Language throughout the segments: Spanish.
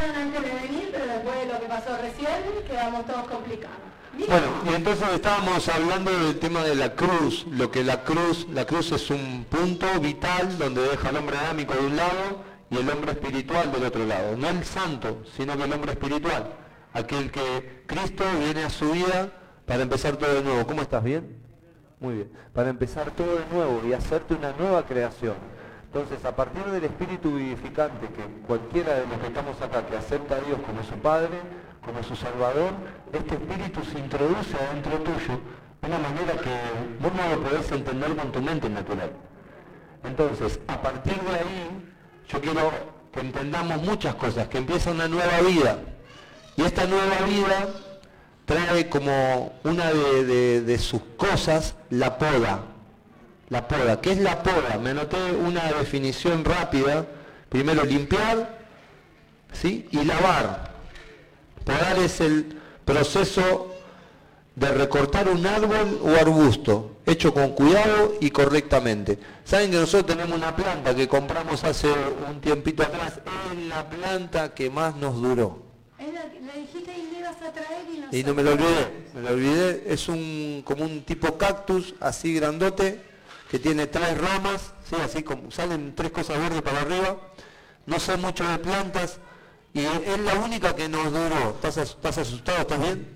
explicaron antes de venir, pero después de lo que pasó recién, quedamos todos complicados. ¿Bien? Bueno, y entonces estábamos hablando del tema de la cruz, lo que la cruz es un punto vital donde deja al hombre adámico de un lado y el hombre espiritual del otro lado. No el santo, sino que el hombre espiritual, aquel que Cristo viene a su vida para empezar todo de nuevo. ¿Cómo estás? ¿Bien? Muy bien. Para empezar todo de nuevo y hacerte una nueva creación. Entonces, a partir del espíritu vivificante, que cualquiera de los que estamos acá que acepta a Dios como su Padre, como su Salvador, este espíritu se introduce adentro tuyo de una manera que vos no lo podés entender con tu mente natural. Entonces, a partir de ahí, yo quiero que entendamos muchas cosas, que empieza una nueva vida. Y esta nueva vida trae como una de sus cosas la poda. La poda. ¿Qué es la poda? Me anoté una definición rápida. Primero, limpiar, ¿sí? Y lavar. Podar es el proceso de recortar un árbol o arbusto, hecho con cuidado y correctamente. Saben que nosotros tenemos una planta que compramos hace un tiempito atrás, es la planta que más nos duró. Le dijiste y le ibas a traer y no me lo olvidé, es como un tipo cactus, así grandote, que tiene 3 ramas, ¿sí? Así como salen 3 cosas verdes para arriba. No sé mucho de plantas y es la única que nos duró. ¿Estás asustado? ¿Estás bien?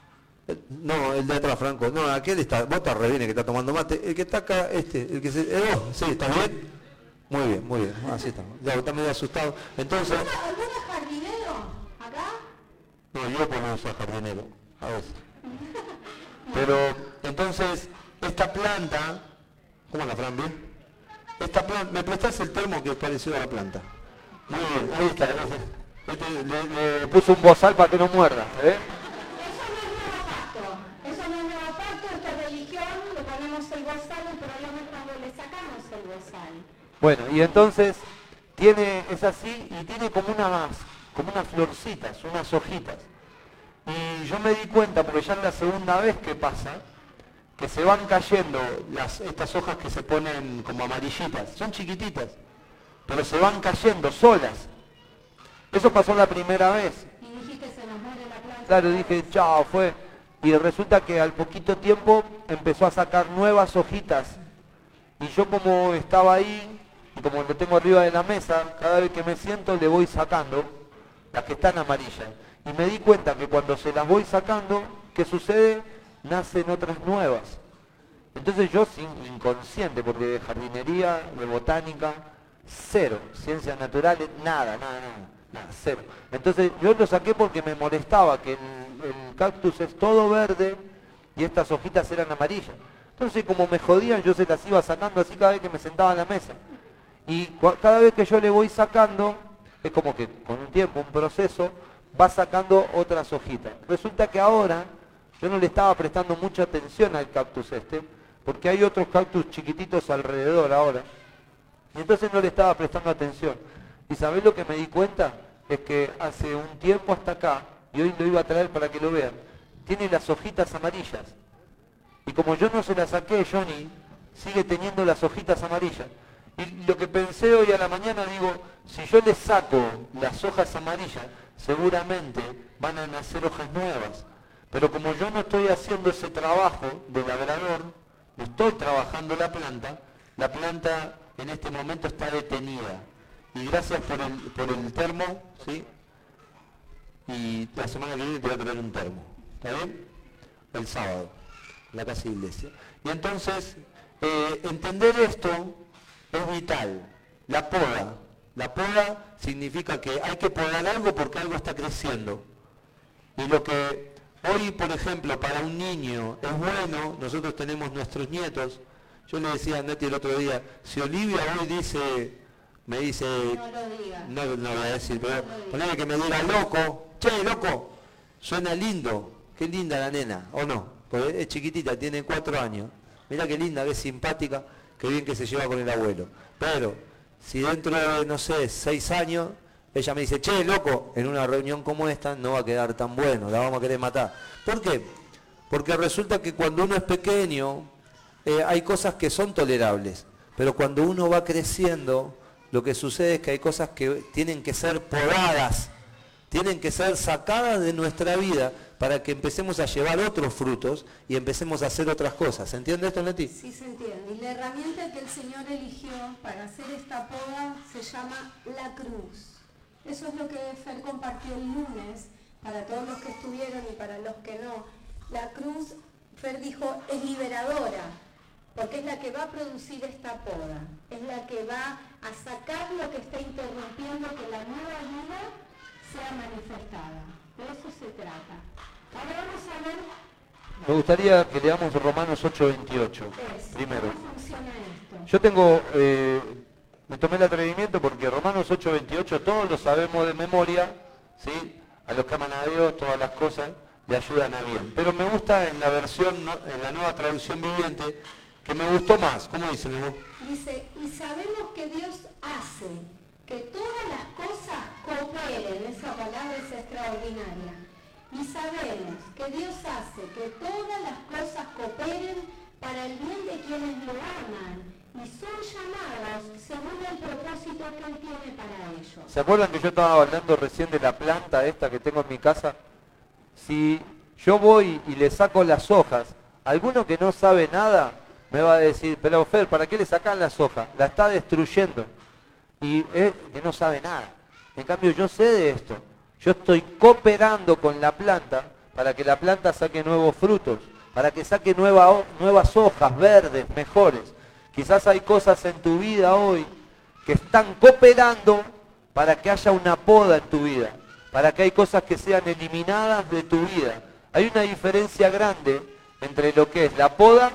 No, el de atrás, Franco. No, aquel está, vos estás re bien, que está tomando mate. El que está acá, el que se... vos, sí, ¿estás bien? Muy bien. Así estamos. Ya, está medio asustado. Entonces... ¿Algún jardinero acá? No, yo no soy jardinero, a veces. Pero, entonces, esta planta... ¿Cómo la Fran, bien? Esta planta... ¿Me prestás el termo que es parecido a la planta? Muy bien, ahí está, gracias. Le puso un bozal para que no muerda, ¿eh? Eso no es nuevo pacto, esta religión, le ponemos el bozal, el problema es cuando le sacamos el bozal. Bueno, y entonces es así y tiene como unas florcitas, unas hojitas. Y yo me di cuenta, porque ya es la segunda vez que pasa, que se van cayendo estas hojas que se ponen como amarillitas, son chiquititas, pero se van cayendo solas. Eso pasó la primera vez. Y dijiste, se nos muere la planta. Claro, dije, chao, fue. Y resulta que al poquito tiempo empezó a sacar nuevas hojitas. Y yo como estaba ahí, y como lo tengo arriba de la mesa, cada vez que me siento le voy sacando las que están amarillas. Y me di cuenta que cuando se las voy sacando, ¿qué sucede? Nacen otras nuevas. Entonces yo, inconsciente, porque de jardinería, de botánica, cero. Ciencias naturales, nada, cero. Entonces yo lo saqué porque me molestaba que el cactus es todo verde y estas hojitas eran amarillas. Entonces como me jodían yo se las iba sacando así cada vez que me sentaba en la mesa. Y cada vez que yo le voy sacando, es como que con un tiempo, un proceso, va sacando otras hojitas. Resulta que ahora yo no le estaba prestando mucha atención al cactus porque hay otros cactus chiquititos alrededor ahora. Y entonces no le estaba prestando atención. ¿Y sabés lo que me di cuenta? Es que hace un tiempo hasta acá, y hoy lo iba a traer para que lo vean, tiene las hojitas amarillas. Y como yo no se las saqué, Johnny sigue teniendo las hojitas amarillas. Y lo que pensé hoy a la mañana, digo, si yo le saco las hojas amarillas, seguramente van a nacer hojas nuevas. Pero como yo no estoy haciendo ese trabajo de labrador, no estoy trabajando la planta en este momento está detenida. Y gracias por el termo, ¿sí? Y la semana que viene te voy a traer un termo, ¿está bien? El sábado, en la casa de iglesia. Y entonces, entender esto es vital. La poda significa que hay que podar algo porque algo está creciendo. Y lo que hoy, por ejemplo, para un niño es bueno, nosotros tenemos nuestros nietos. Yo le decía a Nati el otro día, si Olivia hoy me dice, no lo voy a decir, pero ponele que me diga loco, che, loco, suena lindo, qué linda la nena, o no, porque es chiquitita, tiene 4 años, mirá qué linda, qué simpática, qué bien que se lleva con el abuelo. Pero si dentro de, no sé, 6 años, ella me dice, che, loco, en una reunión como esta no va a quedar tan bueno, la vamos a querer matar. ¿Por qué? Porque resulta que cuando uno es pequeño, hay cosas que son tolerables, pero cuando uno va creciendo, lo que sucede es que hay cosas que tienen que ser podadas, tienen que ser sacadas de nuestra vida para que empecemos a llevar otros frutos y empecemos a hacer otras cosas. ¿Se entiende esto, Neti? Sí, se entiende. Y la herramienta que el Señor eligió para hacer esta poda se llama la cruz. Eso es lo que Fer compartió el lunes, para todos los que estuvieron y para los que no. La cruz, Fer dijo, es liberadora, porque es la que va a producir esta poda. Es la que va a sacar lo que está interrumpiendo que la nueva vida sea manifestada. De eso se trata. Ahora vamos a ver. Me gustaría que leamos Romanos 8:28 primero. ¿Cómo funciona esto? Yo tengo, me tomé el atrevimiento porque Romanos 8:28 todos lo sabemos de memoria, ¿sí? A los que aman a Dios todas las cosas le ayudan a bien. Pero me gusta en la versión, en la nueva traducción viviente, que me gustó más. ¿Cómo dice, Leo? Dice, y sabemos que Dios hace que todas las cosas cooperen, esa palabra es extraordinaria, y sabemos que Dios hace que todas las cosas cooperen para el bien de quienes lo aman y son llamados según el propósito que Él tiene para ellos. ¿Se acuerdan que yo estaba hablando recién de la planta esta que tengo en mi casa? Si yo voy y le saco las hojas, alguno que no sabe nada me va a decir, pero Fer, ¿para qué le sacan las hojas? La está destruyendo. Y es que no sabe nada. En cambio yo sé de esto. Yo estoy cooperando con la planta para que la planta saque nuevos frutos, para que saque nuevas hojas verdes, mejores. Quizás hay cosas en tu vida hoy que están cooperando para que haya una poda en tu vida, para que hay cosas que sean eliminadas de tu vida. Hay una diferencia grande entre lo que es la poda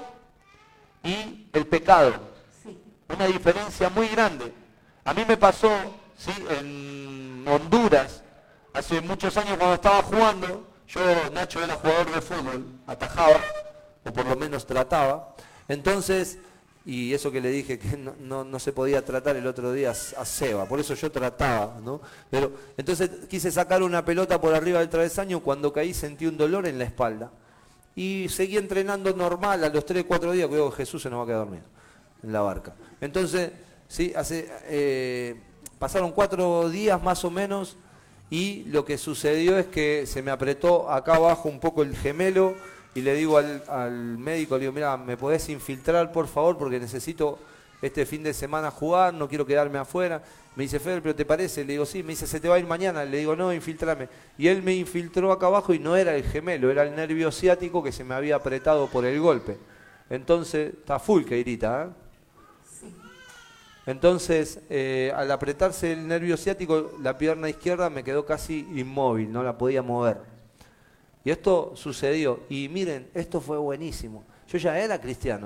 y el pecado. Una diferencia muy grande. A mí me pasó, ¿sí? En Honduras, hace muchos años cuando estaba jugando, Nacho era jugador de fútbol, atajaba, o por lo menos trataba. Entonces, y eso que le dije que no se podía tratar el otro día a Seba, por eso yo trataba, ¿no? Pero entonces quise sacar una pelota por arriba del travesaño, cuando caí sentí un dolor en la espalda. Y seguí entrenando normal, a los 3 o 4 días, cuidado que Jesús se nos va a quedar dormido en la barca. Entonces, sí, pasaron 4 días más o menos, y lo que sucedió es que se me apretó acá abajo un poco el gemelo, y le digo al médico, le digo, mira, ¿me podés infiltrar por favor? Porque necesito este fin de semana jugar, no quiero quedarme afuera. Me dice, Fer, ¿pero te parece? Le digo, sí. Me dice, ¿se te va a ir mañana? Le digo, no, infiltrame. Y él me infiltró acá abajo y no era el gemelo, era el nervio ciático que se me había apretado por el golpe. Entonces, está full, Keirita, ¿eh? Sí. Entonces, al apretarse el nervio ciático, la pierna izquierda me quedó casi inmóvil, no la podía mover. Y esto sucedió. Y miren, esto fue buenísimo. Yo ya era cristiano.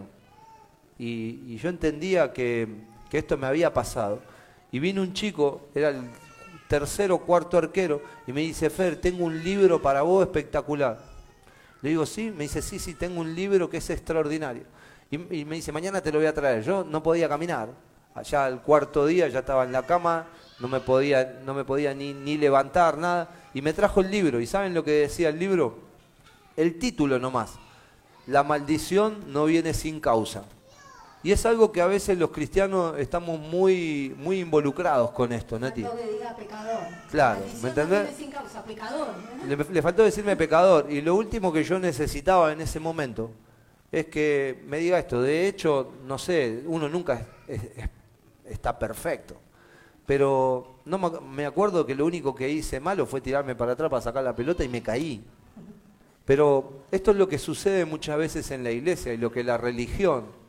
Y yo entendía que esto me había pasado. Y vino un chico, era el 3er o 4 arquero, y me dice, Fer, tengo un libro para vos espectacular. Le digo, ¿sí? Me dice, sí, tengo un libro que es extraordinario. Y me dice, mañana te lo voy a traer. Yo no podía caminar. Allá al 4.º día ya estaba en la cama, no me podía ni levantar, nada. Y me trajo el libro. ¿Y saben lo que decía el libro? El título nomás. La maldición no viene sin causa. Y es algo que a veces los cristianos estamos muy involucrados con esto, ¿no, tío? Faltó que diga pecador. Claro, ¿me entendés? No viene sin causa, pecador, ¿no? Le faltó decirme pecador. Y lo último que yo necesitaba en ese momento es que me diga esto. De hecho, no sé, uno nunca está perfecto. Pero no me acuerdo que lo único que hice malo fue tirarme para atrás para sacar la pelota y me caí. Pero esto es lo que sucede muchas veces en la iglesia y lo que la religión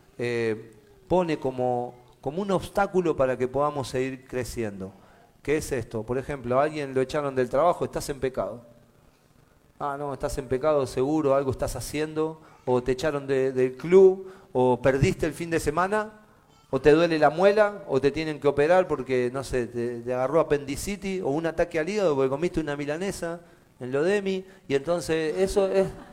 pone como un obstáculo para que podamos seguir creciendo. ¿Qué es esto? Por ejemplo, a alguien lo echaron del trabajo, estás en pecado. Ah, no, estás en pecado seguro, algo estás haciendo, o te echaron del club, o perdiste el fin de semana, o te duele la muela, o te tienen que operar porque, no sé, te agarró apendicitis, o un ataque al hígado porque comiste una milanesa en lo de mí, y entonces eso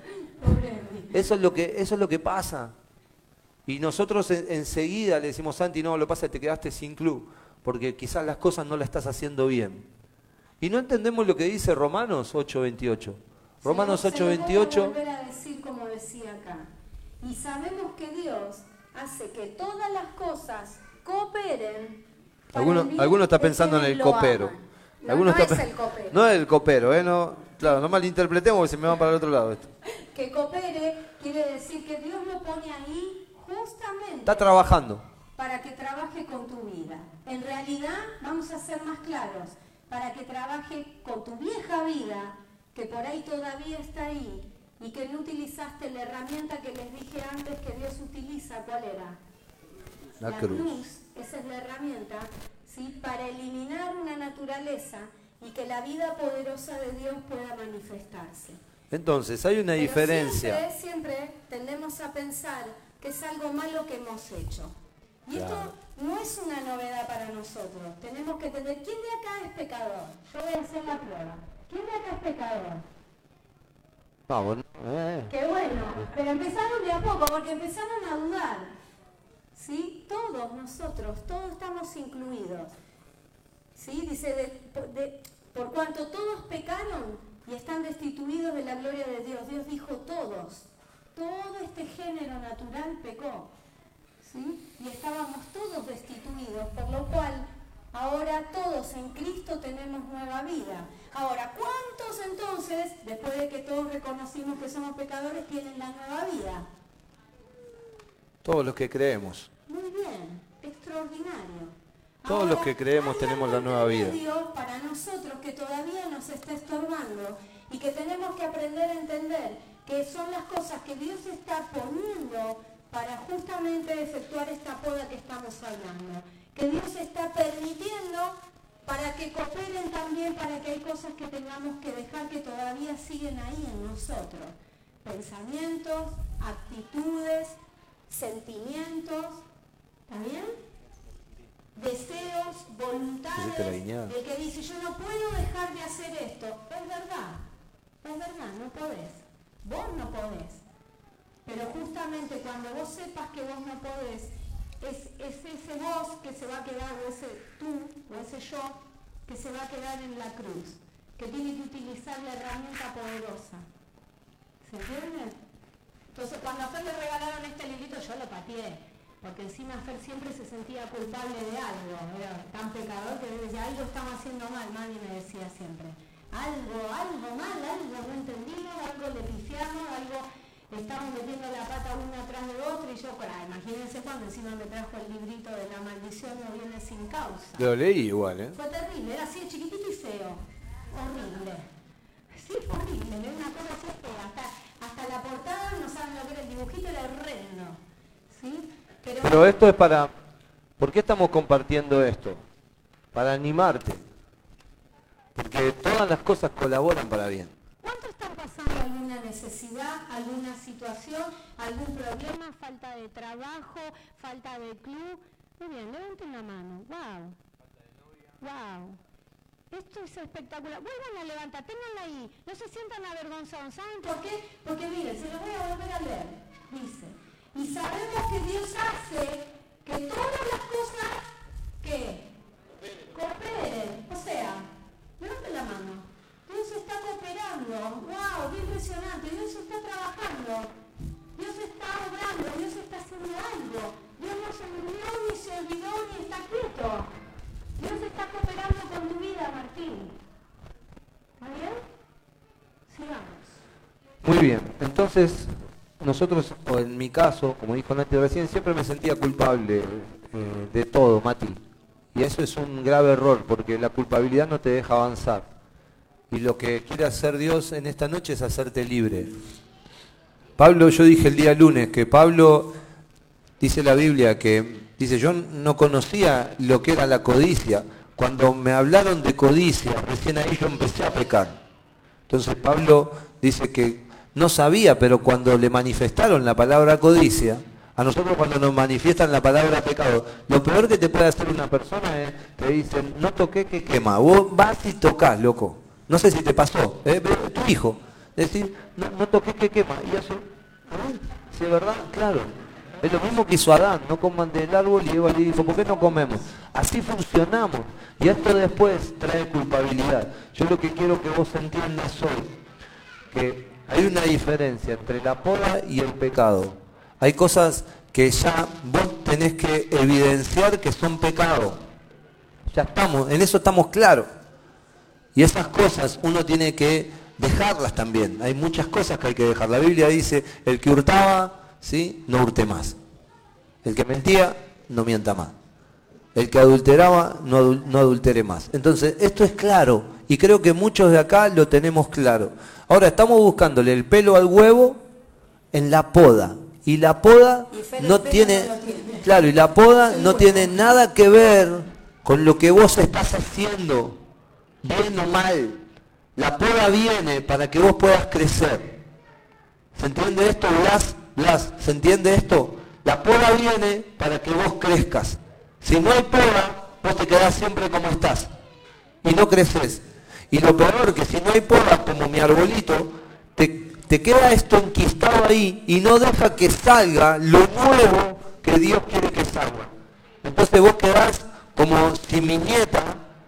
es lo que pasa. Y nosotros enseguida le decimos, Santi, no, lo que pasa es que te quedaste sin club, porque quizás las cosas no las estás haciendo bien. Y no entendemos lo que dice Romanos 8:28. Romanos 8:28. Se lo voy a volver a decir como decía acá. Y sabemos que Dios hace que todas las cosas cooperen. Alguno está pensando en el copero. No, Algunos no es están- el copero. No es el copero, ¿eh? No, claro, no malinterpretemos porque se me van para el otro lado esto. Que coopere quiere decir que Dios lo pone ahí justamente Está trabajando. para que trabaje con tu vida. En realidad, vamos a ser más claros, para que trabaje con tu vieja vida, que por ahí todavía está ahí, y que no utilizaste la herramienta que les dije antes que Dios utiliza. ¿Cuál era? La cruz. Esa es la herramienta, ¿sí? Para eliminar una naturaleza y que la vida poderosa de Dios pueda manifestarse. Entonces, hay una Pero diferencia. siempre tendemos a pensar que es algo malo que hemos hecho. Y Claro. esto no es una novedad para nosotros. Tenemos que entender, ¿quién de acá es pecador? Yo voy a hacer la prueba. ¿Quién de acá es pecador? Vamos. Qué bueno, pero empezaron de a poco, porque empezaron a dudar. ¿Sí? Todos nosotros, todos estamos incluidos. ¿Sí? Dice, por cuanto todos pecaron y están destituidos de la gloria de Dios. Dios dijo todos. Todo este género natural pecó. ¿Sí? Y estábamos todos destituidos, por lo cual ahora todos en Cristo tenemos nueva vida. Ahora, ¿cuántos entonces, después de que todos reconocimos que somos pecadores, tienen la nueva vida? Todos los que creemos. Muy bien, extraordinario. Todos los que creemos hay tenemos algo la nueva vida. intermedio para nosotros que todavía nos está estorbando y que tenemos que aprender a entender que son las cosas que Dios está poniendo para justamente efectuar esta poda que estamos hablando. Que Dios está permitiendo para que cooperen también, para que hay cosas que tengamos que dejar que todavía siguen ahí en nosotros. Pensamientos, actitudes, sentimientos, ¿está bien? Deseos, voluntades, el que dice yo no puedo dejar de hacer esto. Es verdad, no podés. Vos no podés. Pero justamente cuando vos sepas que vos no podés, es ese vos que se va a quedar, o ese tú, o ese yo, que se va a quedar en la cruz, que tiene que utilizar la herramienta poderosa. ¿Se entiende? Entonces cuando a Fer le regalaron este librito yo lo pateé, porque encima Fer siempre se sentía culpable de algo, era tan pecador que decía, algo estamos haciendo mal, mami me decía siempre. Algo mal, algo no entendimos, algo le pifiamos, algo estamos metiendo la pata uno atrás de otro y yo, imagínense cuando encima me trajo el librito de la maldición no viene sin causa. Lo leí igual, ¿eh? Fue terrible, era así chiquitito y feo, horrible. Sí, horrible, era una cosa así fea, hasta la portada no saben lo que era el dibujito, era horrendo. ¿Sí? Pero esto es para... ¿Por qué estamos compartiendo esto? Para animarte. Porque todas las cosas colaboran para bien. ¿Cuánto están pasando alguna necesidad, alguna situación, algún problema, falta de trabajo, falta de club? Muy bien, levanten la mano. Wow. Wow. Esto es espectacular. Vuelvan a levantar, ténganla ahí. No se sientan avergonzados. ¿Saben por qué? Porque miren, se los voy a volver a leer. Dice, y sabemos que Dios hace que todas las cosas que cooperen. O sea, levanten la mano. Dios está cooperando. ¡Wow! ¡Qué impresionante! Dios está trabajando. Dios está obrando. Dios está haciendo algo. Dios no se durmió, ni se olvidó, ni está quieto. Dios está cooperando con tu vida, Martín. ¿Está bien? Sigamos. Muy bien, entonces nosotros, o en mi caso, como dijo Nati recién, siempre me sentía culpable de todo, Mati. Y eso es un grave error, porque la culpabilidad no te deja avanzar. Y lo que quiere hacer Dios en esta noche es hacerte libre. Pablo, yo dije el día lunes que Pablo, dice la Biblia, que dice, yo no conocía lo que era la codicia. Cuando me hablaron de codicia, recién ahí yo empecé a pecar. Entonces Pablo dice que no sabía, pero cuando le manifestaron la palabra codicia, a nosotros cuando nos manifiestan la palabra pecado, lo peor que te puede hacer una persona es, te dicen, no toqué que quema. Vos vas y tocás, loco. No sé si te pasó, pero tu hijo, decir, no toqué que quema. Y eso, ¿sí es verdad? Claro. Es lo mismo que hizo Adán, no coman del árbol y Eva le dijo, ¿por qué no comemos? Así funcionamos. Y esto después trae culpabilidad. Yo lo que quiero que vos entiendas hoy, que hay una diferencia entre la poda y el pecado. Hay cosas que ya vos tenés que evidenciar que son pecado. Ya estamos, en eso estamos claros. Y esas cosas uno tiene que dejarlas también. Hay muchas cosas que hay que dejar. La Biblia dice, el que hurtaba, ¿sí?, no hurte más. El que mentía, no mienta más. El que adulteraba, no adultere más. Entonces, esto es claro. Y creo que muchos de acá lo tenemos claro. Ahora, estamos buscándole el pelo al huevo en la poda. Y la poda no tiene, claro, y la poda no tiene nada que ver con lo que vos estás haciendo, bien o mal. La poda viene para que vos puedas crecer. ¿Se entiende esto, Blas? ¿Se entiende esto? La poda viene para que vos crezcas. Si no hay poda, vos te quedás siempre como estás y no creces. Y lo peor que si no hay poda, como mi arbolito, te queda esto enquistado ahí y no deja que salga lo nuevo que Dios quiere que salga. Entonces vos quedás como si mi nieta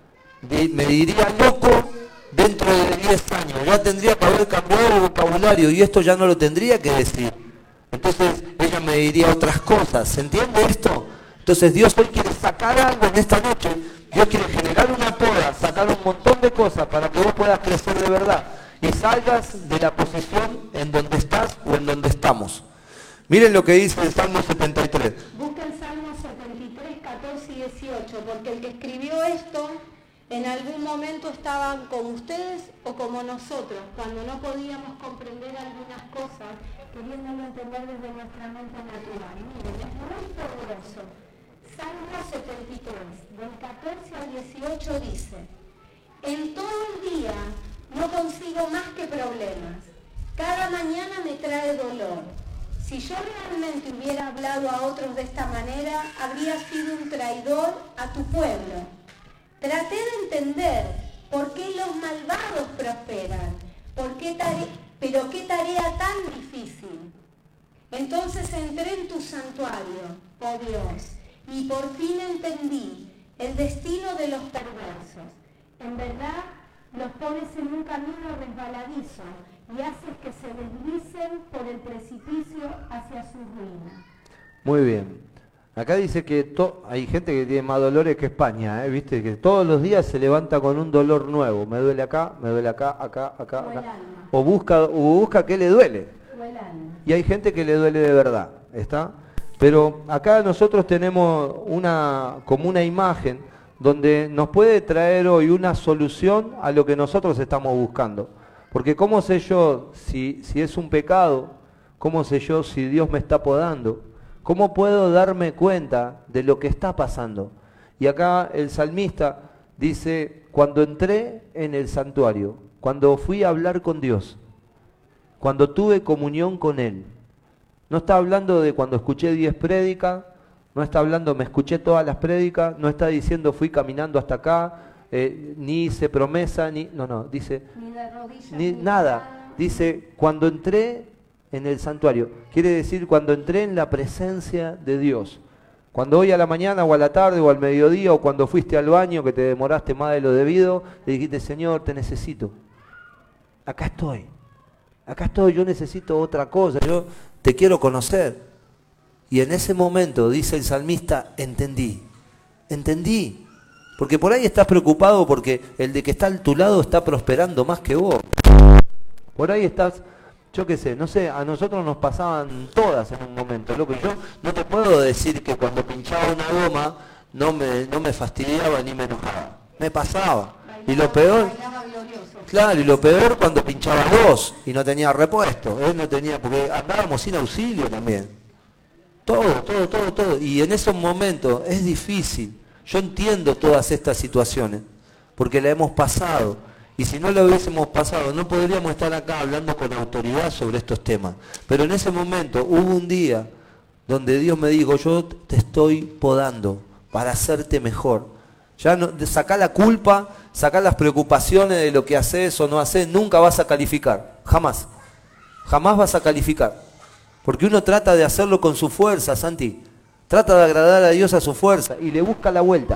me diría loco dentro de 10 años. Ya tendría que haber cambiado el vocabulario y esto ya no lo tendría que decir. Entonces ella me diría otras cosas. ¿Se entiende esto? Entonces Dios hoy quiere sacar algo en esta noche. Dios quiere generar una poda, sacar un montón de cosas para que vos puedas crecer de verdad y salgas de la posición en donde estás o en donde estamos. Miren lo que dice el Salmo 73. Busca el Salmo 73, 14 y 18, porque el que escribió esto en algún momento estaban como ustedes o como nosotros, cuando no podíamos comprender algunas cosas, queriéndolo entender desde nuestra mente natural. Miren, es muy poderoso. Salmo 73, del 14 al 18 dice: en todo el día no consigo más que problemas. Cada mañana me trae dolor. Si yo realmente hubiera hablado a otros de esta manera, habría sido un traidor a tu pueblo. Traté de entender por qué los malvados prosperan, pero qué tarea tan difícil. Entonces entré en tu santuario, oh Dios, y por fin entendí el destino de los perversos. En verdad, los pones en un camino resbaladizo y haces que se deslicen por el precipicio hacia su ruina. Muy bien. Acá dice que hay gente que tiene más dolores que España, ¿viste? Que todos los días se levanta con un dolor nuevo. Me duele acá, acá. O busca qué le duele. O el alma. Y hay gente que le duele de verdad, ¿está? Pero acá nosotros tenemos como una imagen donde nos puede traer hoy una solución a lo que nosotros estamos buscando. Porque ¿cómo sé yo si es un pecado? ¿Cómo sé yo si Dios me está podando? ¿Cómo puedo darme cuenta de lo que está pasando? Y acá el salmista dice, cuando entré en el santuario, cuando fui a hablar con Dios, cuando tuve comunión con Él. No está hablando de cuando escuché 10 prédicas, no está hablando, me escuché todas las prédicas, no está diciendo fui caminando hasta acá, ni hice promesa, no, dice, ni nada. Dice, cuando entré en el santuario, quiere decir cuando entré en la presencia de Dios. Cuando hoy a la mañana o a la tarde o al mediodía o cuando fuiste al baño que te demoraste más de lo debido, le dijiste, Señor, te necesito. Acá estoy, yo necesito otra cosa, yo te quiero conocer. Y en ese momento, dice el salmista, entendí. Porque por ahí estás preocupado porque el de que está a tu lado está prosperando más que vos. Por ahí estás, yo qué sé, no sé, a nosotros nos pasaban todas en un momento, loco. Yo no te puedo decir que cuando pinchaba una goma no me fastidiaba ni me enojaba. Me pasaba. Y lo peor, claro, y lo peor cuando pinchaba vos y no tenía repuesto. Él no tenía, porque andábamos sin auxilio también. Todo. Y en esos momentos es difícil. Yo entiendo todas estas situaciones, porque la hemos pasado. Y si no la hubiésemos pasado, no podríamos estar acá hablando con autoridad sobre estos temas. Pero en ese momento hubo un día donde Dios me dijo, yo te estoy podando para hacerte mejor. Ya no, sacá la culpa, sacá las preocupaciones de lo que haces o no haces, nunca vas a calificar. Jamás vas a calificar. Porque uno trata de hacerlo con su fuerza, Santi. Trata de agradar a Dios a su fuerza y le busca la vuelta.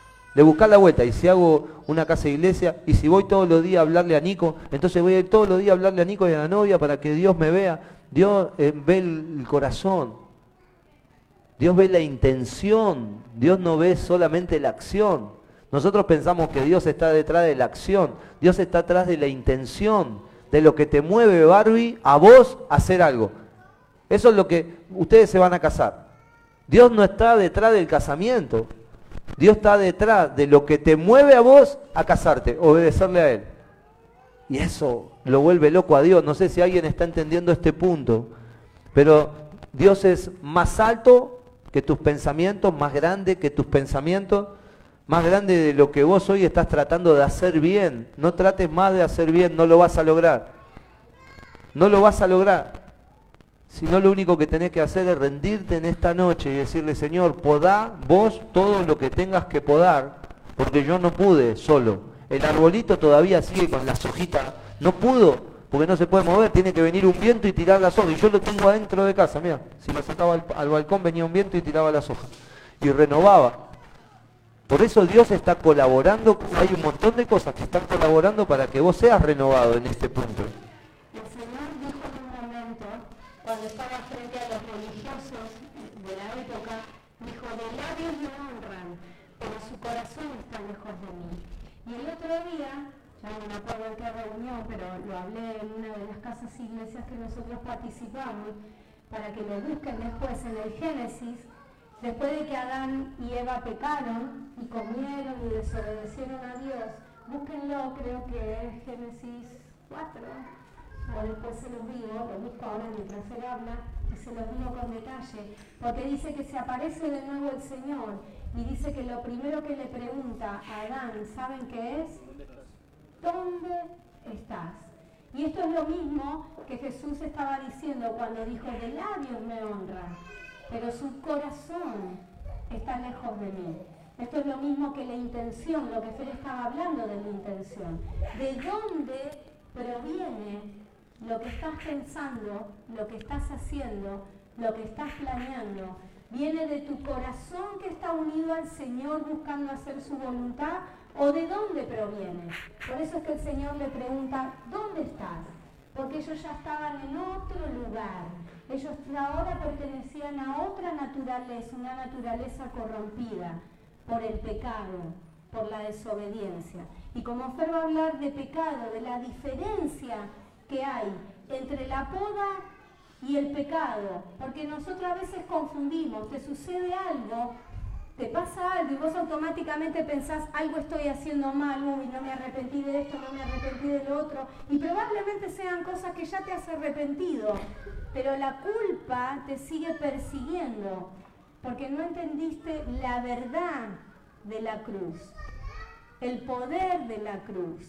Y si hago una casa de iglesia y si voy todos los días a hablarle a Nico, entonces voy a ir todos los días a hablarle a Nico y a la novia para que Dios me vea. Dios ve el corazón. Dios ve la intención. Dios no ve solamente la acción. Nosotros pensamos que Dios está detrás de la acción, Dios está atrás de la intención, de lo que te mueve, Barbie, a vos a hacer algo. Eso es lo que ustedes se van a casar. Dios no está detrás del casamiento, Dios está detrás de lo que te mueve a vos a casarte, obedecerle a Él. Y eso lo vuelve loco a Dios. No sé si alguien está entendiendo este punto, pero Dios es más alto que tus pensamientos, más grande que tus pensamientos, más grande de lo que vos hoy estás tratando de hacer bien. No trates más de hacer bien, no lo vas a lograr. No lo vas a lograr. Sino lo único que tenés que hacer es rendirte en esta noche y decirle, Señor, podá vos todo lo que tengas que podar, porque yo no pude solo. El arbolito todavía sigue con las hojitas, no pudo, porque no se puede mover, tiene que venir un viento y tirar las hojas. Y yo lo tengo adentro de casa, mira, si me sacaba al balcón venía un viento y tiraba las hojas. Y renovaba. Por eso Dios está colaborando, hay un montón de cosas que están colaborando para que vos seas renovado en este punto. El Señor dijo en un momento, cuando estaba frente a los religiosos de la época, dijo, de labios me honran, pero su corazón está lejos de mí. Y el otro día, ya no me acuerdo en qué reunión, pero lo hablé en una de las casas iglesias que nosotros participamos, para que lo busquen después en el Génesis, después de que Adán y Eva pecaron y comieron y desobedecieron a Dios, búsquenlo, creo que es Génesis 4, o después se los digo, lo busco ahora mientras él habla, y se los digo con detalle, porque dice que se aparece de nuevo el Señor, y dice que lo primero que le pregunta a Adán, ¿saben qué es? ¿Dónde estás? Y esto es lo mismo que Jesús estaba diciendo cuando dijo, de labios me honra, pero su corazón está lejos de mí. Esto es lo mismo que la intención, lo que Fer estaba hablando de la intención. ¿De dónde proviene lo que estás pensando, lo que estás haciendo, lo que estás planeando? ¿Viene de tu corazón que está unido al Señor buscando hacer su voluntad? ¿O de dónde proviene? Por eso es que el Señor le pregunta, ¿dónde estás? Porque ellos ya estaban en otro lugar. Ellos ahora pertenecían a otra naturaleza, una naturaleza corrompida por el pecado, por la desobediencia. Y como Fer va a hablar de pecado, de la diferencia que hay entre la poda y el pecado, porque nosotros a veces confundimos, te sucede algo, te pasa algo y vos automáticamente pensás, algo estoy haciendo mal, uy, no me arrepentí de esto, no me arrepentí de lo otro, y probablemente sean cosas que ya te has arrepentido, pero la culpa te sigue persiguiendo, porque no entendiste la verdad de la cruz, el poder de la cruz.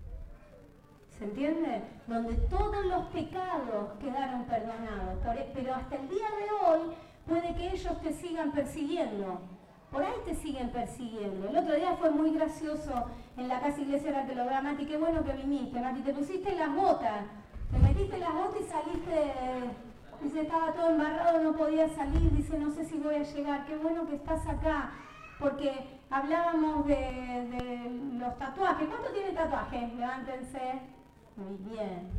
¿Se entiende? Donde todos los pecados quedaron perdonados, pero hasta el día de hoy puede que ellos te sigan persiguiendo. Por ahí te siguen persiguiendo. El otro día fue muy gracioso en la casa iglesia, era que lo vea, Mati, qué bueno que viniste, Mati, te pusiste las botas, te metiste las botas y saliste, dice, estaba todo embarrado, no podía salir, dice, no sé si voy a llegar, qué bueno que estás acá, porque hablábamos de los tatuajes. ¿Cuánto tiene tatuajes? Levántense. Muy bien.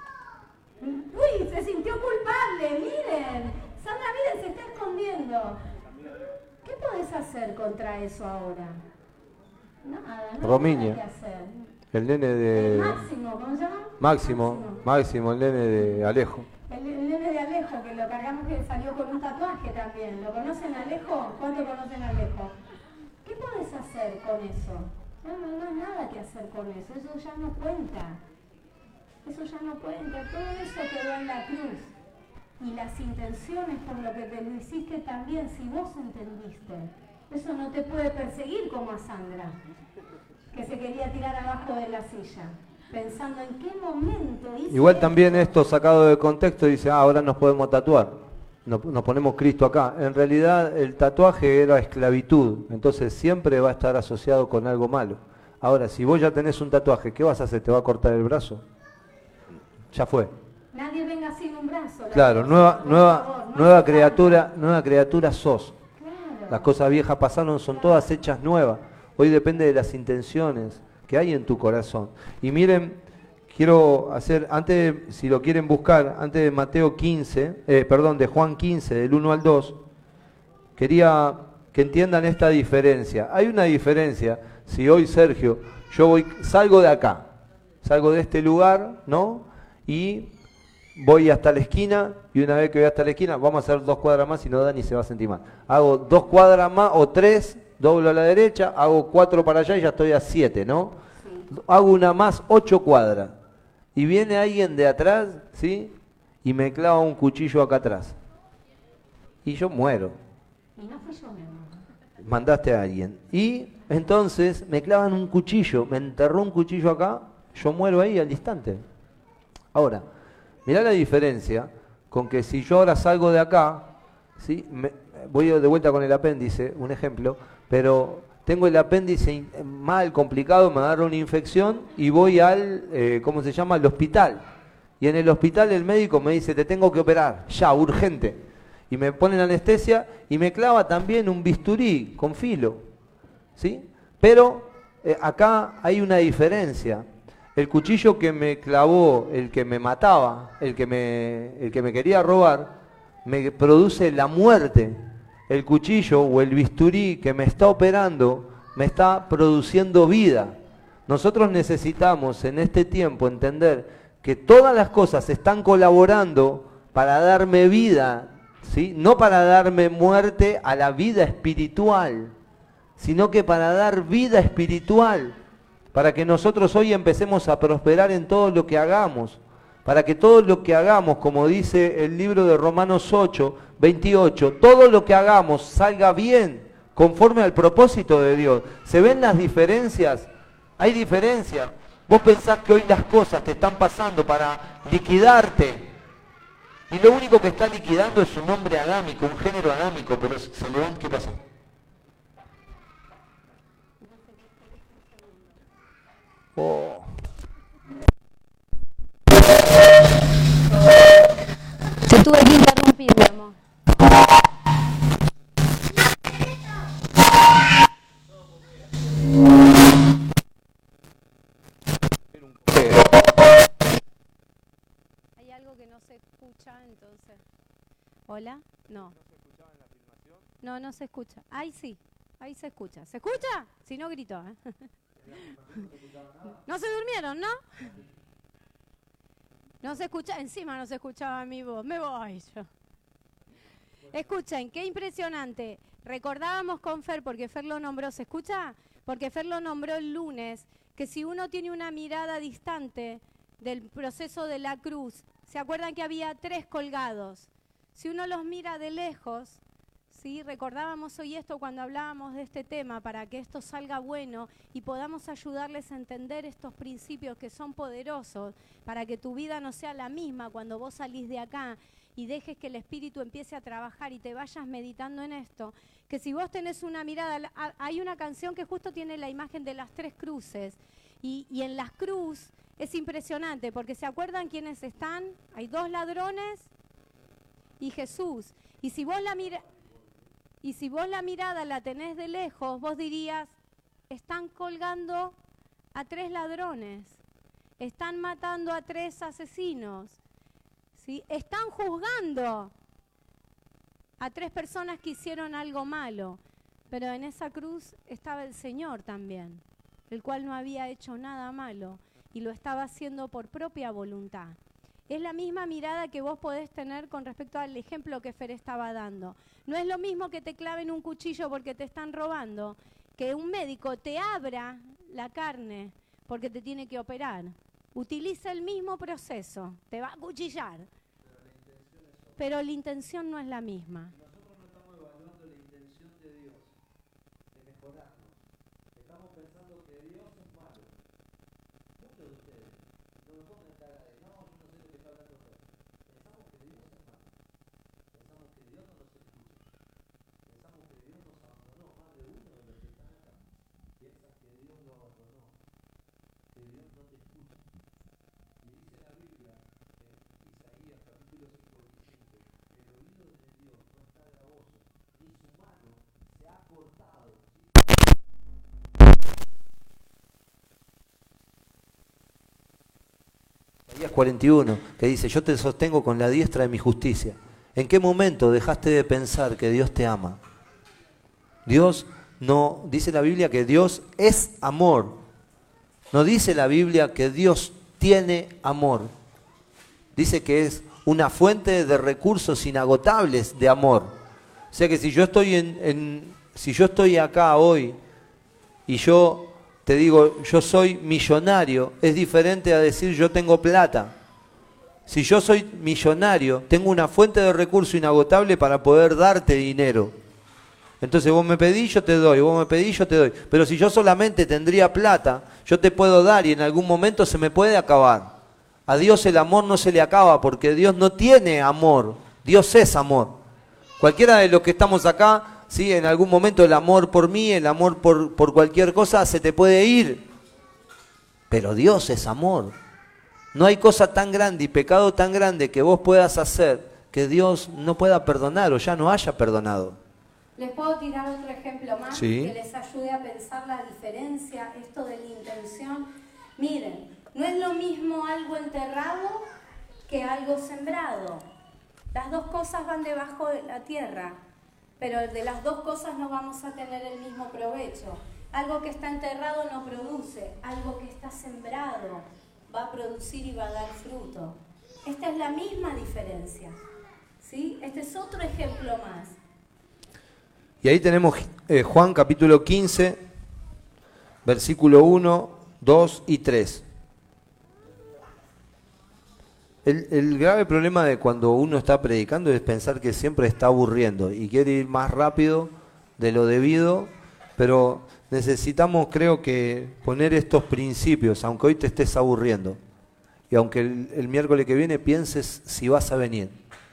Uy, se sintió culpable, miren. Sandra, miren, se está escondiendo. ¿Qué podés hacer contra eso ahora? Nada, no Romiña. hay nada que hacer. El nene de... Máximo, ¿cómo se llama? Máximo, el nene de Alejo. El nene de Alejo, que lo cargamos, que salió con un tatuaje también. ¿Lo conocen Alejo? ¿Cuánto conocen Alejo? ¿Qué podés hacer con eso? No hay nada que hacer con eso. Eso ya no cuenta. Eso ya no cuenta. Todo eso quedó en la cruz. Y las intenciones por lo que te lo hiciste también, si vos entendiste. Eso no te puede perseguir como a Sandra, que se quería tirar abajo de la silla, pensando en qué momento hice. Igual también esto sacado de contexto dice, ahora nos podemos tatuar. Nos ponemos Cristo acá. En realidad el tatuaje era esclavitud, entonces siempre va a estar asociado con algo malo. Ahora, si vos ya tenés un tatuaje, ¿qué vas a hacer? ¿Te va a cortar el brazo? Ya fue. Nadie venga sin un brazo. Claro, nueva criatura sos. Claro. Las cosas viejas pasaron, son todas hechas nuevas. Hoy depende de las intenciones que hay en tu corazón. Y miren, quiero hacer, antes, si lo quieren buscar, antes de Mateo 15, de Juan 15, del 1 al 2, quería que entiendan esta diferencia. Hay una diferencia. si hoy, Sergio, salgo de acá, salgo de este lugar, ¿no? Y voy hasta la esquina, y una vez que voy hasta la esquina, vamos a hacer 2 cuadras más y no Dani se va a sentir mal. Hago 2 cuadras más o 3, doblo a la derecha, hago 4 para allá y ya estoy a 7, ¿no? Sí. Hago una más, 8 cuadras. Y viene alguien de atrás, ¿sí? Y me clava un cuchillo acá atrás. Y yo muero. Y no fui yo, mi amor. Mandaste a alguien. Y entonces me clavan un cuchillo, me enterró un cuchillo acá, yo muero ahí al instante. Ahora, mirá la diferencia con que si yo ahora salgo de acá, ¿sí? Voy de vuelta con el apéndice, un ejemplo, pero tengo el apéndice mal, complicado, me agarra una infección y voy al, ¿cómo se llama?, al hospital. Y en el hospital el médico me dice, te tengo que operar, ya, urgente. Y me ponen anestesia y me clava también un bisturí con filo, ¿sí? Pero acá hay una diferencia. El cuchillo que me clavó, el que me mataba, el que me quería robar, me produce la muerte. El cuchillo o el bisturí que me está operando me está produciendo vida. Nosotros necesitamos en este tiempo entender que todas las cosas están colaborando para darme vida, ¿sí? No para darme muerte a la vida espiritual, sino que para dar vida espiritual, para que nosotros hoy empecemos a prosperar en todo lo que hagamos, para que todo lo que hagamos, como dice el libro de Romanos 8, 28, todo lo que hagamos salga bien, conforme al propósito de Dios. ¿Se ven las diferencias? Hay diferencias. Vos pensás que hoy las cosas te están pasando para liquidarte, y lo único que está liquidando es un hombre adámico, un género adámico, pero se le ven, ¿qué pasa? Oh. Te tuve que interrumpir, mi amor. Hay algo que no se escucha, entonces. ¿Hola? No. No, no se escucha. Ahí sí, ahí se escucha. ¿Se escucha? Si no, gritó, ¿eh? No se durmieron, ¿no? No se escucha, encima no se escuchaba mi voz. Me voy yo. Escuchen, qué impresionante. Recordábamos con Fer, porque Fer lo nombró, ¿se escucha? Porque Fer lo nombró el lunes, que si uno tiene una mirada distante del proceso de la cruz, ¿se acuerdan que había 3 colgados? Si uno los mira de lejos, ¿sí? Recordábamos hoy esto cuando hablábamos de este tema, para que esto salga bueno y podamos ayudarles a entender estos principios que son poderosos, para que tu vida no sea la misma cuando vos salís de acá y dejes que el Espíritu empiece a trabajar y te vayas meditando en esto, que si vos tenés una mirada, hay una canción que justo tiene la imagen de las 3 cruces, y en las cruces es impresionante, porque ¿se acuerdan quiénes están? Hay 2 ladrones y Jesús, y si vos la mirada la tenés de lejos, vos dirías, están colgando a 3 ladrones, están matando a 3 asesinos, ¿sí? Están juzgando a 3 personas que hicieron algo malo, pero en esa cruz estaba el Señor también, el cual no había hecho nada malo y lo estaba haciendo por propia voluntad. Es la misma mirada que vos podés tener con respecto al ejemplo que Fer estaba dando. No es lo mismo que te claven un cuchillo porque te están robando, que un médico te abra la carne porque te tiene que operar. Utiliza el mismo proceso, te va a cuchillar, pero la intención no es la misma. Nosotros no estamos evaluando la intención de Dios, de mejorarnos. Estamos pensando que Dios es malo. Muchos de ustedes no lo ponen cara de no, yo no sé lo que está hablando Dios. Pensamos que Dios es malo. Pensamos que Dios no nos escucha. Pensamos que Dios nos abandonó. Más de uno de los que están acá piensa que Dios lo abandonó, que Dios no te escucha. Y dice la Biblia en Isaías capítulo 55, el oído de Dios no está gravoso, ni su mano se ha cortado. Isaías 41, que dice, yo te sostengo con la diestra de mi justicia. ¿En qué momento dejaste de pensar que Dios te ama? Dios no, dice la Biblia que Dios es amor. No dice la Biblia que Dios tiene amor. Dice que es una fuente de recursos inagotables de amor. O sea que si yo estoy si yo estoy acá hoy y yo te digo yo soy millonario, es diferente a decir yo tengo plata. Si yo soy millonario, tengo una fuente de recurso inagotable para poder darte dinero. Entonces vos me pedís, yo te doy, vos me pedís, yo te doy. Pero si yo solamente tendría plata, yo te puedo dar y en algún momento se me puede acabar. A Dios el amor no se le acaba porque Dios no tiene amor, Dios es amor. Cualquiera de los que estamos acá, ¿sí? En algún momento el amor por mí, el amor por cualquier cosa se te puede ir. Pero Dios es amor. No hay cosa tan grande y pecado tan grande que vos puedas hacer que Dios no pueda perdonar o ya no haya perdonado. ¿Les puedo tirar otro ejemplo más Sí. que les ayude a pensar la diferencia, esto de la intención? Miren, no es lo mismo algo enterrado que algo sembrado. Las dos cosas van debajo de la tierra, pero de las dos cosas no vamos a tener el mismo provecho. Algo que está enterrado no produce, algo que está sembrado va a producir y va a dar fruto. Esta es la misma diferencia, ¿sí? Este es otro ejemplo más. Y ahí tenemos Juan capítulo 15, versículo 1, 2 y 3. El grave problema de cuando uno está predicando es pensar que siempre está aburriendo y quiere ir más rápido de lo debido, pero necesitamos, creo que, poner estos principios, aunque hoy te estés aburriendo y aunque el miércoles que viene pienses si vas a venir.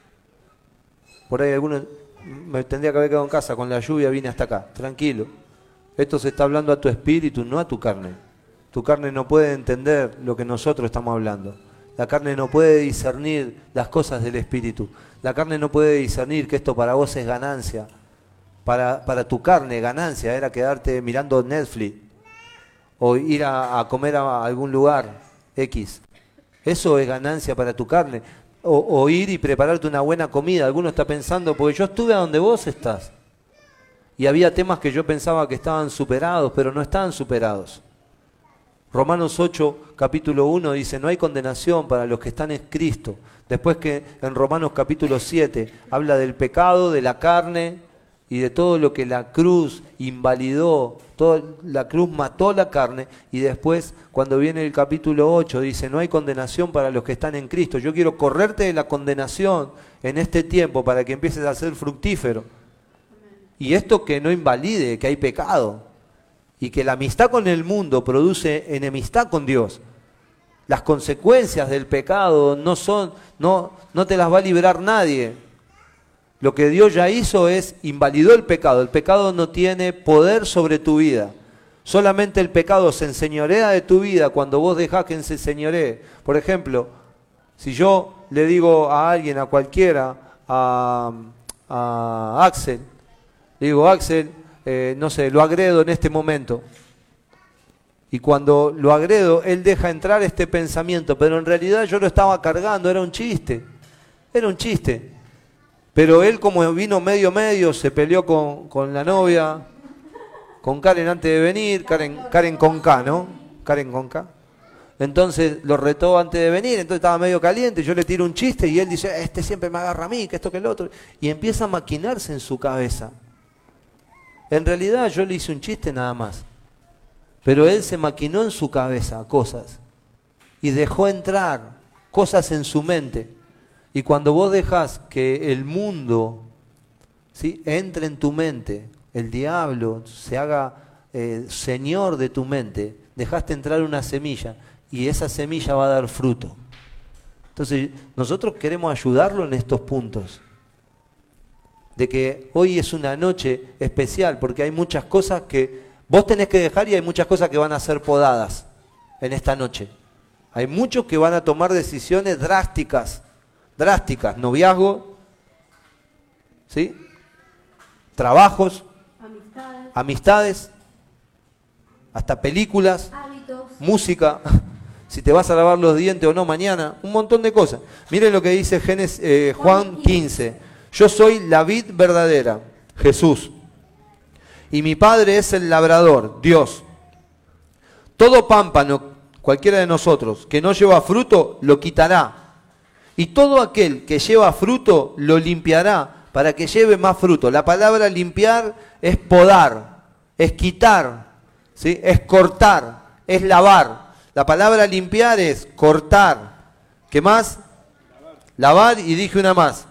Por ahí algunos... Me tendría que haber quedado en casa, con la lluvia vine hasta acá, tranquilo. Esto se está hablando a tu espíritu, no a tu carne. Tu carne no puede entender lo que nosotros estamos hablando. La carne no puede discernir las cosas del espíritu. La carne no puede discernir que esto para vos es ganancia. Para tu carne, ganancia era quedarte mirando Netflix o ir a comer a algún lugar X. Eso es ganancia para tu carne. O ir y prepararte una buena comida. Alguno está pensando, porque yo estuve a donde vos estás. Y había temas que yo pensaba que estaban superados, pero no estaban superados. Romanos 8, capítulo 1 dice, no hay condenación para los que están en Cristo. Después que en Romanos capítulo 7 habla del pecado, de la carne y de todo lo que la cruz invalidó. La cruz mató la carne y después cuando viene el capítulo 8 dice no hay condenación para los que están en Cristo. Yo quiero correrte de la condenación en este tiempo para que empieces a ser fructífero. Y esto que no invalide que hay pecado y que la amistad con el mundo produce enemistad con Dios. Las consecuencias del pecado no te las va a liberar nadie. Lo que Dios ya hizo es invalidó el pecado. El pecado no tiene poder sobre tu vida. Solamente el pecado se enseñorea de tu vida cuando vos dejás que se enseñoree. Por ejemplo, si yo le digo a alguien, a cualquiera, a Axel, le digo, Axel, no sé, lo agredo en este momento. Y cuando lo agredo, él deja entrar este pensamiento, pero en realidad yo lo estaba cargando, era un chiste. Era un chiste. Pero él como vino medio, se peleó con la novia, con Karen antes de venir, Karen con K, ¿no? Karen con K. Entonces lo retó antes de venir, entonces estaba medio caliente, yo le tiro un chiste y él dice, este siempre me agarra a mí, que esto, que el otro. Y empieza a maquinarse en su cabeza. En realidad yo le hice un chiste nada más. Pero él se maquinó en su cabeza cosas y dejó entrar cosas en su mente. Y cuando vos dejás que el mundo, ¿sí?, entre en tu mente, el diablo se haga señor de tu mente, dejaste entrar una semilla y esa semilla va a dar fruto. Entonces nosotros queremos ayudarlo en estos puntos. De que hoy es una noche especial porque hay muchas cosas que vos tenés que dejar y hay muchas cosas que van a ser podadas en esta noche. Hay muchos que van a tomar decisiones drásticas, noviazgo, ¿sí?, trabajos, amistades, hasta películas, hábitos, música, si te vas a lavar los dientes o no mañana, un montón de cosas. Miren lo que dice Juan 15. Yo soy la vid verdadera, Jesús, y mi Padre es el labrador, Dios. Todo pámpano, cualquiera de nosotros, que no lleva fruto, lo quitará. Y todo aquel que lleva fruto, lo limpiará para que lleve más fruto. La palabra limpiar es podar, es quitar, ¿sí? Es cortar, es lavar. La palabra limpiar es cortar. ¿Qué más? Lavar, y dije una más.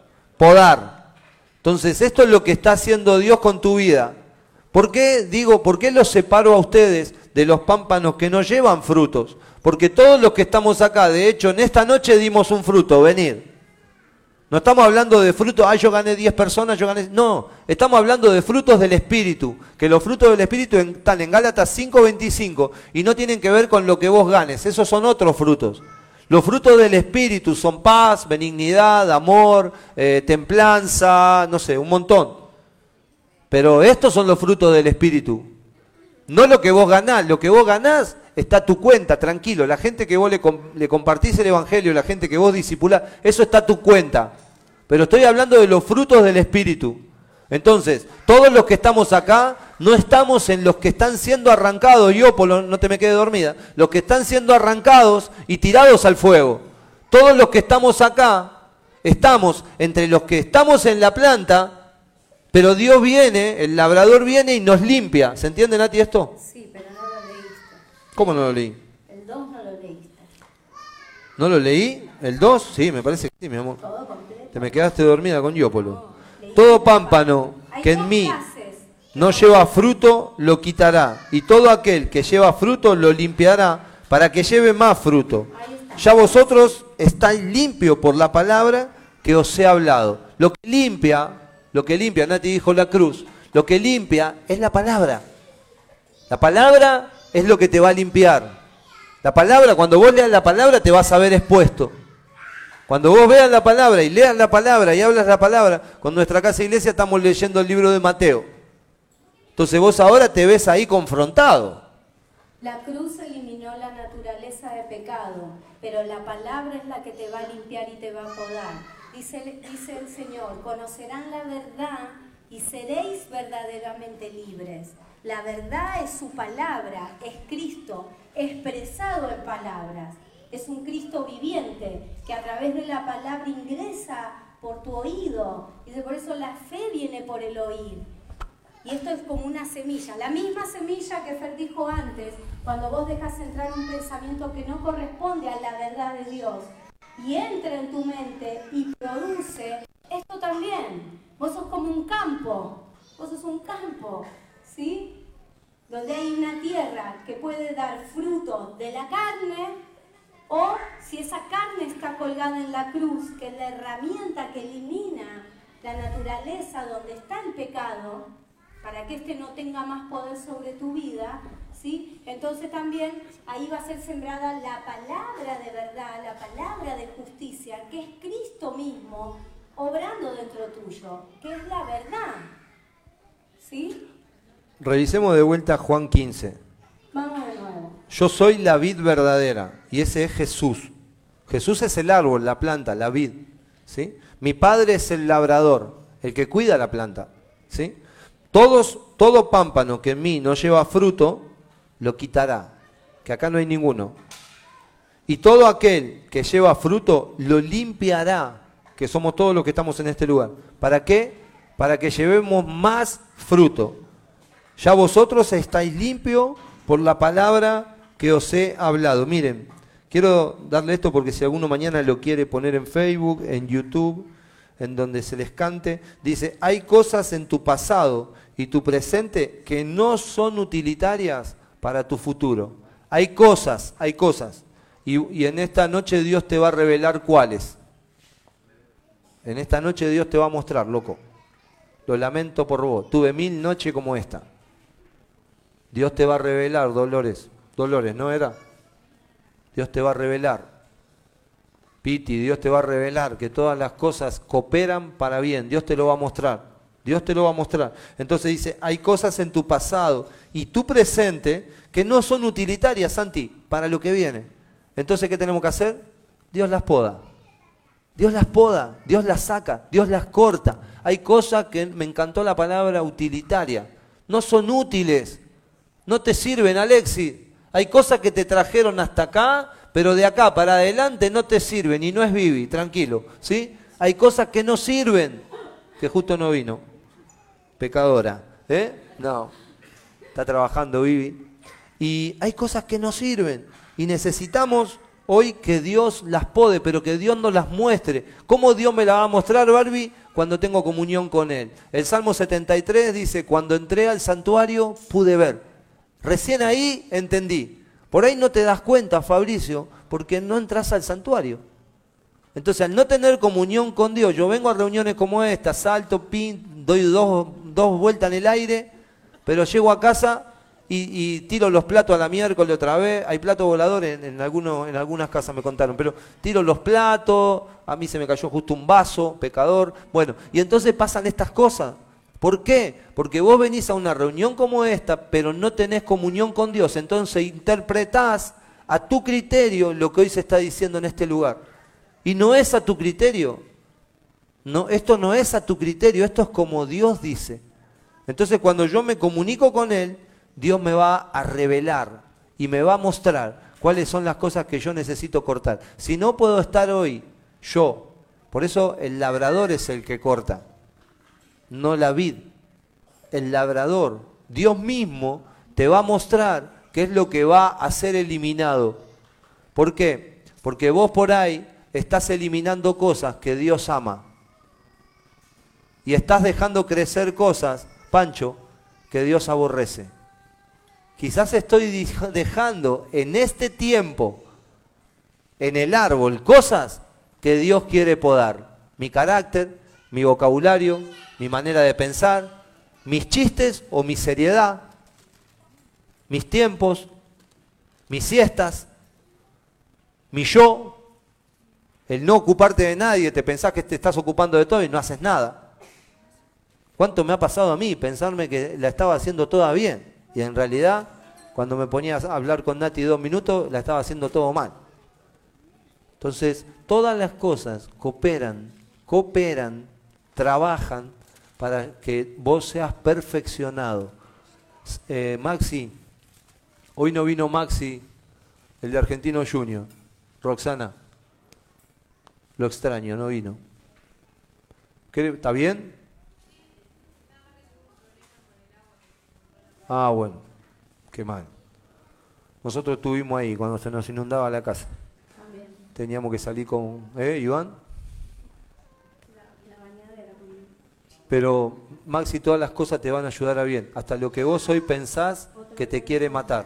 Podar. Entonces, esto es lo que está haciendo Dios con tu vida. ¿Por qué digo, por qué los separo a ustedes de los pámpanos que no llevan frutos? Porque todos los que estamos acá, de hecho, en esta noche dimos un fruto, venir. No estamos hablando de frutos, yo gané 10 personas, yo gané... No, estamos hablando de frutos del Espíritu, que los frutos del Espíritu están en Gálatas 5:25 y no tienen que ver con lo que vos ganes, esos son otros frutos. Los frutos del Espíritu son paz, benignidad, amor, templanza, no sé, un montón. Pero estos son los frutos del Espíritu. No lo que vos ganás, lo que vos ganás está a tu cuenta, tranquilo. La gente que vos le compartís el Evangelio, la gente que vos discipulás, eso está a tu cuenta. Pero estoy hablando de los frutos del Espíritu. Entonces, todos los que estamos acá, no estamos en los que están siendo arrancados, no te me quedes dormida, los que están siendo arrancados y tirados al fuego. Todos los que estamos acá, estamos entre los que estamos en la planta, pero Dios viene, el labrador viene y nos limpia. ¿Se entiende, Nati, esto? Sí, pero no lo leíste. ¿Cómo no lo leí? El 2 no lo leíste. ¿No lo leí? ¿El 2? Sí, me parece que sí, mi amor. Todo completo. Te me quedaste dormida con Diópolo. Leíste Todo pámpano que en mí no lleva fruto, lo quitará. Y todo aquel que lleva fruto, lo limpiará para que lleve más fruto. Ya vosotros estáis limpios por la palabra que os he hablado. Lo que limpia, Nati dijo la cruz, lo que limpia es la palabra. La palabra es lo que te va a limpiar. La palabra, cuando vos leas la palabra, te vas a ver expuesto. Cuando vos veas la palabra y leas la palabra y hablas la palabra, con nuestra casa iglesia estamos leyendo el libro de Mateo. Entonces vos ahora te ves ahí confrontado. La cruz eliminó la naturaleza de pecado, pero la palabra es la que te va a limpiar y te va a podar. Dice el Señor, conocerán la verdad y seréis verdaderamente libres. La verdad es su palabra, es Cristo, expresado en palabras. Es un Cristo viviente que a través de la palabra ingresa por tu oído. Y por eso la fe viene por el oír. Y esto es como una semilla, la misma semilla que Fer dijo antes, cuando vos dejas entrar un pensamiento que no corresponde a la verdad de Dios y entra en tu mente y produce, esto también. Vos sos como un campo, ¿sí? Donde hay una tierra que puede dar fruto de la carne, o si esa carne está colgada en la cruz, que es la herramienta que elimina la naturaleza donde está el pecado, para que éste no tenga más poder sobre tu vida, ¿sí? Entonces también ahí va a ser sembrada la palabra de verdad, la palabra de justicia, que es Cristo mismo obrando dentro tuyo, que es la verdad, ¿sí? Revisemos de vuelta Juan 15. Vamos de nuevo. Yo soy la vid verdadera y ese es Jesús. Jesús es el árbol, la planta, la vid, ¿sí? Mi Padre es el labrador, el que cuida la planta, ¿sí? Todo pámpano que en mí no lleva fruto, lo quitará, que acá no hay ninguno. Y todo aquel que lleva fruto, lo limpiará, que somos todos los que estamos en este lugar. ¿Para qué? Para que llevemos más fruto. Ya vosotros estáis limpios por la palabra que os he hablado. Miren, quiero darle esto porque si alguno mañana lo quiere poner en Facebook, en YouTube, en donde se les cante, dice, hay cosas en tu pasado y tu presente que no son utilitarias para tu futuro. Hay cosas. Y en esta noche Dios te va a revelar cuáles. En esta noche Dios te va a mostrar, loco. Lo lamento por vos. Tuve 1000 noches como esta. Dios te va a revelar, Dolores, ¿no era? Dios te va a revelar. Piti, Dios te va a revelar que todas las cosas cooperan para bien. Dios te lo va a mostrar. Entonces dice, hay cosas en tu pasado y tu presente que no son utilitarias, Santi, para lo que viene. Entonces, ¿qué tenemos que hacer? Dios las poda. Dios las saca, Dios las corta. Hay cosas que me encantó la palabra utilitaria. no son útiles, no te sirven, Alexi. Hay cosas que te trajeron hasta acá, pero de acá para adelante no te sirven y no es Vivi, tranquilo, ¿sí? Hay cosas que no sirven, que justo no vino, pecadora, no, está trabajando Vivi. Y hay cosas que no sirven y necesitamos hoy que Dios las pode, pero que Dios nos las muestre. ¿Cómo Dios me la va a mostrar, Barbie? Cuando tengo comunión con Él. El Salmo 73 dice, cuando entré al santuario pude ver. Recién ahí entendí. Por ahí no te das cuenta, Fabricio, porque no entras al santuario. Entonces, al no tener comunión con Dios, yo vengo a reuniones como esta, salto, pin, doy dos vueltas en el aire, pero llego a casa y tiro los platos a la miércoles otra vez. Hay platos voladores en algunas casas me contaron, pero tiro los platos, a mí se me cayó justo un vaso, pecador. Bueno, y entonces pasan estas cosas. ¿Por qué? Porque vos venís a una reunión como esta, pero no tenés comunión con Dios, entonces interpretás a tu criterio lo que hoy se está diciendo en este lugar. Y no es a tu criterio. No, esto no es a tu criterio, esto es como Dios dice. Entonces cuando yo me comunico con Él, Dios me va a revelar y me va a mostrar cuáles son las cosas que yo necesito cortar. Si no puedo estar hoy, yo. Por eso el labrador es el que corta, no la vid. El labrador, Dios mismo, te va a mostrar qué es lo que va a ser eliminado. ¿Por qué? Porque vos por ahí estás eliminando cosas que Dios ama. Y estás dejando crecer cosas, Pancho, que Dios aborrece. Quizás estoy dejando en este tiempo, en el árbol, cosas que Dios quiere podar. Mi carácter, mi vocabulario, mi manera de pensar, mis chistes o mi seriedad, mis tiempos, mis siestas, mi yo, el no ocuparte de nadie, te pensás que te estás ocupando de todo y no haces nada. ¿Cuánto me ha pasado a mí pensarme que la estaba haciendo toda bien? Y en realidad, cuando me ponía a hablar con Nati 2 minutos, la estaba haciendo todo mal. Entonces, todas las cosas cooperan, trabajan para que vos seas perfeccionado. Maxi, hoy no vino Maxi, el de Argentino Junior. Roxana, lo extraño, no vino. ¿Está bien? Ah, bueno, qué mal. Nosotros estuvimos ahí cuando se nos inundaba la casa. También. Teníamos que salir con... Iván? La bañadera. Pero, Maxi, todas las cosas te van a ayudar a bien. Hasta lo que vos hoy pensás que te quiere matar.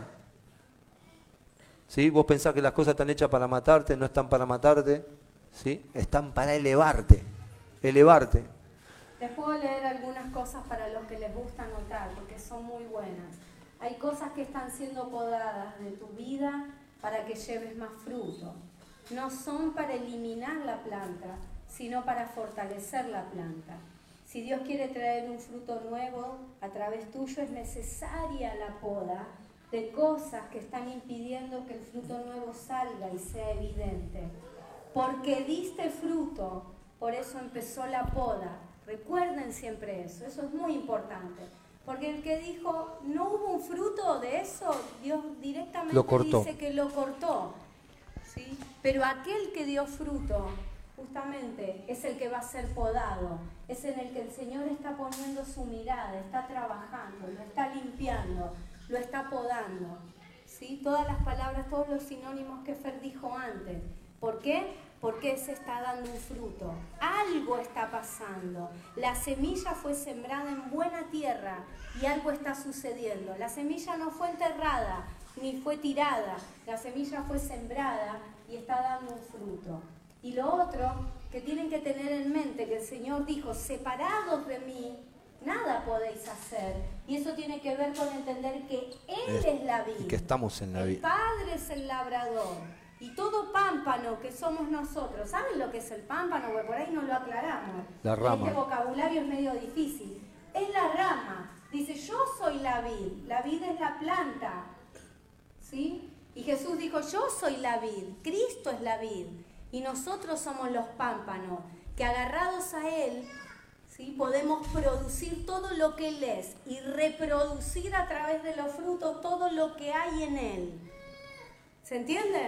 ¿Sí? Vos pensás que las cosas están hechas para matarte, no están para matarte. ¿Sí? Están para elevarte. Elevarte. Les puedo leer algunas cosas para los que les gusta anotar, porque son muy buenas. Hay cosas que están siendo podadas de tu vida para que lleves más fruto. No son para eliminar la planta, sino para fortalecer la planta. Si Dios quiere traer un fruto nuevo a través tuyo, es necesaria la poda de cosas que están impidiendo que el fruto nuevo salga y sea evidente. Porque diste fruto, por eso empezó la poda. Recuerden siempre eso es muy importante. Porque el que dijo, no hubo un fruto de eso, Dios directamente dice que lo cortó. ¿Sí? Pero aquel que dio fruto, justamente, es el que va a ser podado. Es en el que el Señor está poniendo su mirada, está trabajando, lo está limpiando, lo está podando. ¿Sí? Todas las palabras, todos los sinónimos que Fer dijo antes. ¿Por qué? Porque se está dando un fruto. Algo está pasando. La semilla fue sembrada en buena tierra y algo está sucediendo. La semilla no fue enterrada ni fue tirada. La semilla fue sembrada y está dando un fruto. Y lo otro que tienen que tener en mente, que el Señor dijo, separados de mí, nada podéis hacer. Y eso tiene que ver con entender que Él es la vid. Y que estamos en la vid. El Padre es el labrador. Y todo pámpano que somos nosotros, ¿saben lo que es el pámpano? Porque por ahí no lo aclaramos. La rama. Este vocabulario es medio difícil. Es la rama. Dice, yo soy la vid. La vid es la planta. ¿Sí? Y Jesús dijo, yo soy la vid. Cristo es la vid. Y nosotros somos los pámpanos, que agarrados a Él, ¿sí? ¿sí? Podemos producir todo lo que Él es y reproducir a través de los frutos todo lo que hay en Él. ¿Se entiende?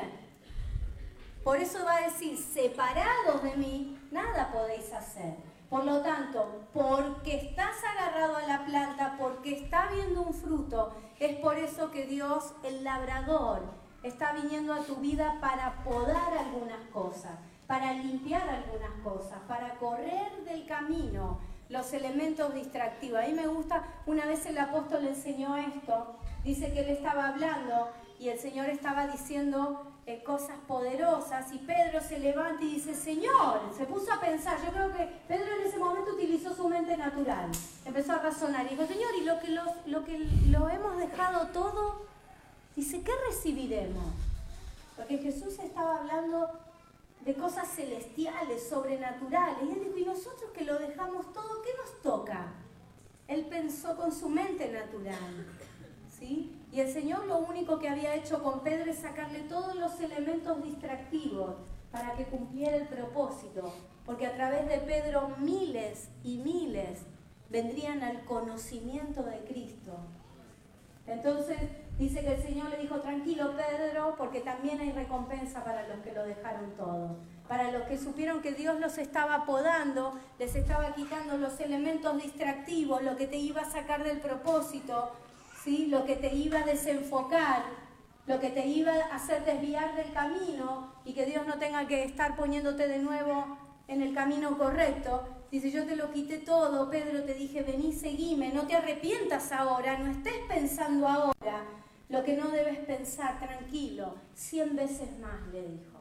Por eso va a decir, separados de mí, nada podéis hacer. Por lo tanto, porque estás agarrado a la planta, porque está viendo un fruto, es por eso que Dios, el labrador, está viniendo a tu vida para podar algunas cosas, para limpiar algunas cosas, para correr del camino los elementos distractivos. A mí me gusta, una vez el apóstol enseñó esto, dice que él estaba hablando y el Señor estaba diciendo cosas poderosas y Pedro se levanta y dice, Señor, se puso a pensar. Yo creo que Pedro en ese momento utilizó su mente natural, empezó a razonar y dijo, Señor, y lo que lo hemos dejado todo, dice, ¿qué recibiremos? Porque Jesús estaba hablando de cosas celestiales, sobrenaturales, y él dijo, y nosotros que lo dejamos todo, ¿qué nos toca? Él pensó con su mente natural, ¿sí? Y el Señor lo único que había hecho con Pedro es sacarle todos los elementos distractivos para que cumpliera el propósito. Porque a través de Pedro miles y miles vendrían al conocimiento de Cristo. Entonces dice que el Señor le dijo, tranquilo Pedro, porque también hay recompensa para los que lo dejaron todo. Para los que supieron que Dios los estaba podando, les estaba quitando los elementos distractivos, lo que te iba a sacar del propósito, ¿sí? Lo que te iba a desenfocar, lo que te iba a hacer desviar del camino y que Dios no tenga que estar poniéndote de nuevo en el camino correcto. Dice, yo te lo quité todo, Pedro, te dije, vení, seguime, no te arrepientas ahora, no estés pensando ahora lo que no debes pensar, tranquilo, 100 veces más, le dijo.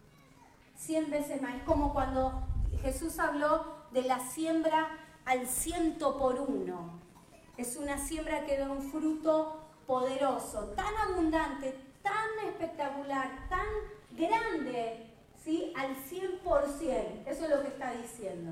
100 veces más. Es como cuando Jesús habló de la siembra al 100 por 1. Es una siembra que da un fruto poderoso, tan abundante, tan espectacular, tan grande, ¿sí? Al 100%. Eso es lo que está diciendo.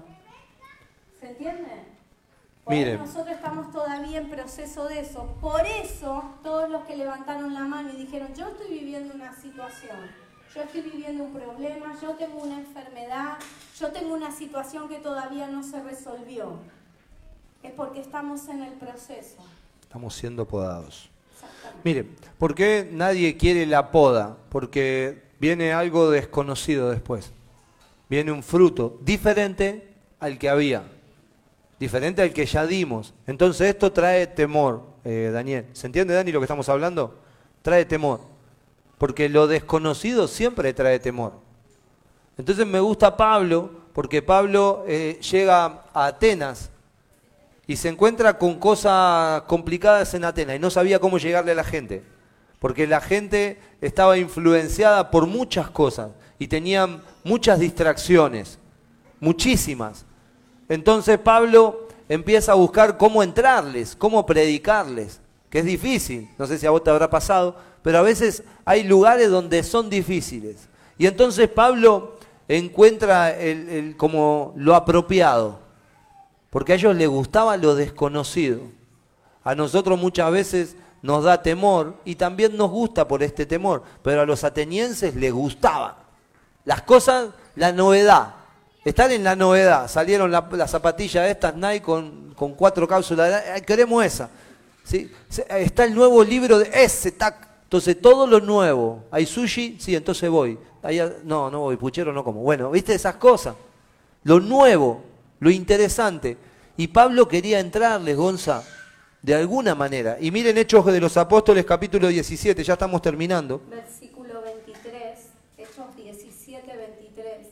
¿Se entiende? Miren. Nosotros estamos todavía en proceso de eso. Por eso, todos los que levantaron la mano y dijeron, yo estoy viviendo una situación, yo estoy viviendo un problema, yo tengo una enfermedad, yo tengo una situación que todavía no se resolvió. Es porque estamos en el proceso. Estamos siendo podados. Exactamente. Mire, ¿por qué nadie quiere la poda? Porque viene algo desconocido después. Viene un fruto diferente al que había. Diferente al que ya dimos. Entonces esto trae temor, Daniel. ¿Se entiende, Dani, lo que estamos hablando? Trae temor. Porque lo desconocido siempre trae temor. Entonces me gusta Pablo, porque Pablo llega a Atenas y se encuentra con cosas complicadas en Atenas y no sabía cómo llegarle a la gente. Porque la gente estaba influenciada por muchas cosas y tenían muchas distracciones, muchísimas. Entonces Pablo empieza a buscar cómo entrarles, cómo predicarles, que es difícil, no sé si a vos te habrá pasado, pero a veces hay lugares donde son difíciles. Y entonces Pablo encuentra como lo apropiado, porque a ellos les gustaba lo desconocido. A nosotros muchas veces nos da temor y también nos gusta por este temor, pero a los atenienses les gustaba. Las cosas, la novedad. Están en la novedad. Salieron las zapatillas estas Nike con 4 cápsulas. Queremos esa. ¿Sí? Está el nuevo libro de ese, tac. Entonces todo lo nuevo. ¿Hay sushi? Sí, entonces voy. No voy, puchero no como. Bueno, ¿viste esas cosas? Lo nuevo, lo interesante. Y Pablo quería entrarles, Gonza, de alguna manera. Y miren Hechos de los Apóstoles, capítulo 17, ya estamos terminando. Versículo 23, Hechos 17, 23.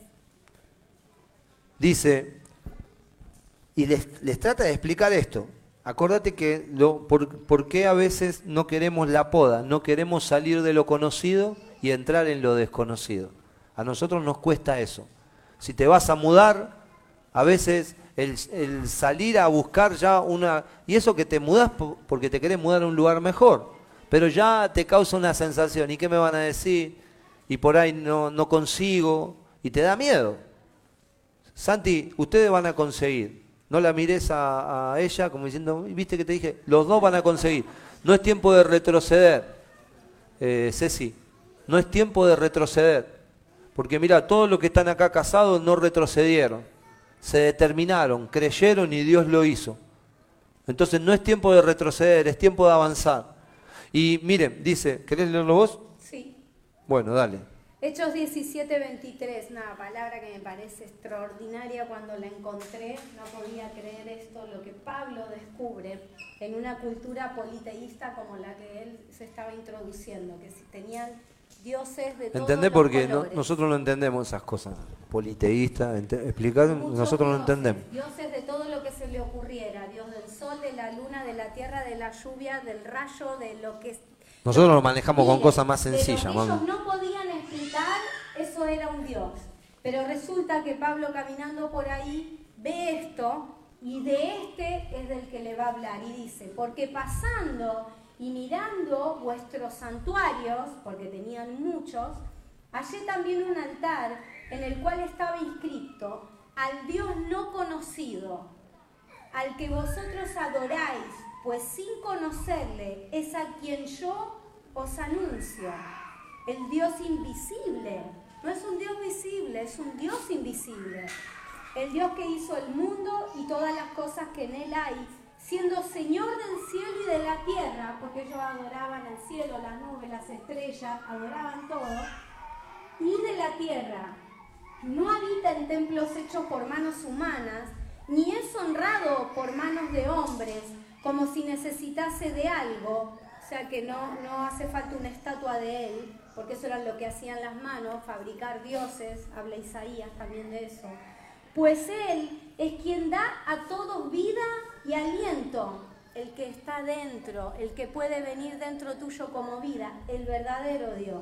Dice, y les trata de explicar esto. Acordate que por qué a veces no queremos la poda, no queremos salir de lo conocido y entrar en lo desconocido. A nosotros nos cuesta eso. Si te vas a mudar, a veces el salir a buscar ya una... Y eso que te mudás porque te querés mudar a un lugar mejor, pero ya te causa una sensación. ¿Y qué me van a decir? Y por ahí no consigo, y te da miedo. Santi, ustedes van a conseguir. No la mires a ella como diciendo, viste que te dije, los dos van a conseguir. No es tiempo de retroceder, Ceci, no es tiempo de retroceder. Porque mira, todos los que están acá casados no retrocedieron. se determinaron, creyeron y Dios lo hizo. Entonces no es tiempo de retroceder, es tiempo de avanzar. Y miren, dice, ¿querés leerlo vos? Sí. Bueno, dale. Hechos 17:23, una palabra que me parece extraordinaria. Cuando la encontré no podía creer esto, lo que Pablo descubre en una cultura politeísta como la que él se estaba introduciendo, que tenían dioses de todos ¿Entendés? los Porque colores. nosotros no entendemos esas cosas. Politeísta, explicar, Muchos nosotros no dioses, entendemos. dioses de todo lo que se le ocurriera, Dios del sol, de la luna, de la tierra, de la lluvia, del rayo, de lo que... Nosotros lo manejamos con Miren, cosas más de lo sencillas, que ellos mami. no podían explicar, eso era un dios. Pero resulta que Pablo, caminando por ahí, ve esto, y de este es del que le va a hablar, y dice, porque pasando y mirando vuestros santuarios, porque tenían muchos, hallé también un altar en el cual estaba inscrito al Dios no conocido, al que vosotros adoráis, pues sin conocerle es a quien yo os anuncio, el Dios invisible. No es un Dios visible, es un Dios invisible. El Dios que hizo el mundo y todas las cosas que en él hay, siendo Señor del cielo y de la tierra, porque ellos adoraban el cielo, las nubes, las estrellas, adoraban todo, y de la tierra. No habita en templos hechos por manos humanas, ni es honrado por manos de hombres, como si necesitase de algo, o sea que no hace falta una estatua de él, porque eso era lo que hacían las manos, fabricar dioses, habla Isaías también de eso. Pues él es quien da a todos vida y aliento, el que está dentro, el que puede venir dentro tuyo como vida, el verdadero Dios.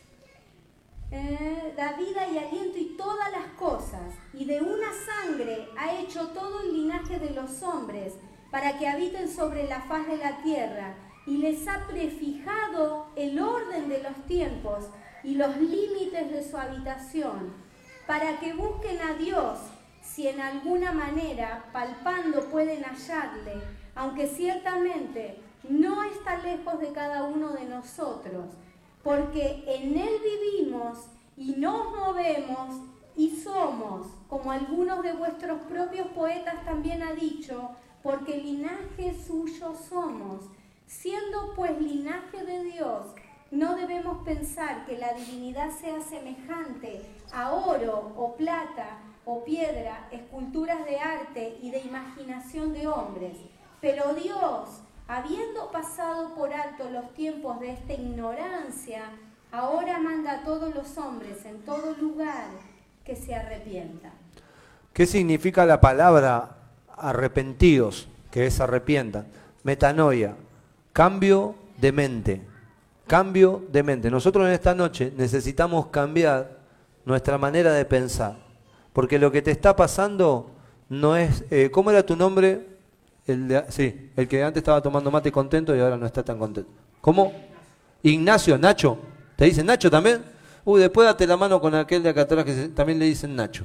Da vida y aliento y todas las cosas, y de una sangre ha hecho todo el linaje de los hombres, para que habiten sobre la faz de la tierra, y les ha prefijado el orden de los tiempos y los límites de su habitación, para que busquen a Dios, si en alguna manera, palpando, pueden hallarle, aunque ciertamente no está lejos de cada uno de nosotros, porque en él vivimos y nos movemos y somos, como algunos de vuestros propios poetas también ha dicho, porque linaje suyo somos. Siendo pues linaje de Dios, no debemos pensar que la divinidad sea semejante a oro o plata o piedra, esculturas de arte y de imaginación de hombres. Pero Dios, habiendo pasado por alto los tiempos de esta ignorancia, ahora manda a todos los hombres en todo lugar que se arrepientan. ¿Qué significa la palabra arrepentidos? Que es arrepientan. Metanoia, cambio de mente. Cambio de mente. Nosotros en esta noche necesitamos cambiar nuestra manera de pensar. Porque lo que te está pasando no es... ¿Cómo era tu nombre? Sí, el que antes estaba tomando mate contento y ahora no está tan contento. ¿Cómo? Ignacio, Nacho. ¿Te dicen Nacho también? Después date la mano con aquel de acá atrás que también le dicen Nacho.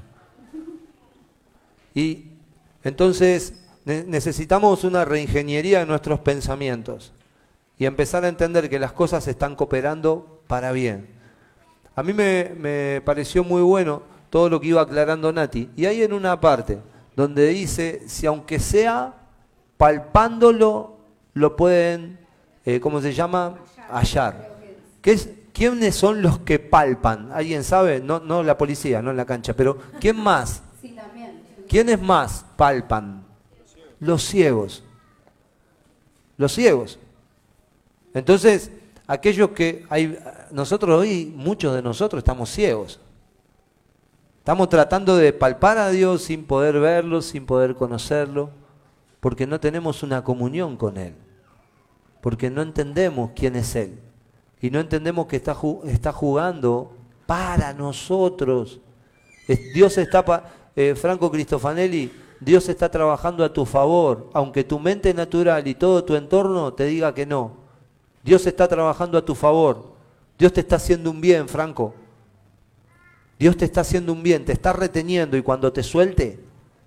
Y entonces necesitamos una reingeniería de nuestros pensamientos y empezar a entender que las cosas están cooperando para bien. A mí me pareció muy bueno todo lo que iba aclarando Nati. Y hay en una parte donde dice, si aunque sea palpándolo, lo pueden, ¿cómo se llama? Hallar. ¿Quiénes son los que palpan? ¿Alguien sabe? No la policía, no en la cancha, pero ¿quién más? Sí, también. ¿Quiénes más palpan? Los ciegos. Los ciegos. Entonces, aquellos que hay, nosotros hoy, muchos de nosotros estamos ciegos. Estamos tratando de palpar a Dios sin poder verlo, sin poder conocerlo, porque no tenemos una comunión con Él, porque no entendemos quién es Él, y no entendemos que está jugando para nosotros. Dios está, Franco Cristofanelli, Dios está trabajando a tu favor, aunque tu mente natural y todo tu entorno te diga que no. Dios está trabajando a tu favor. Dios te está haciendo un bien, Franco. Dios te está haciendo un bien, te está reteniendo y cuando te suelte,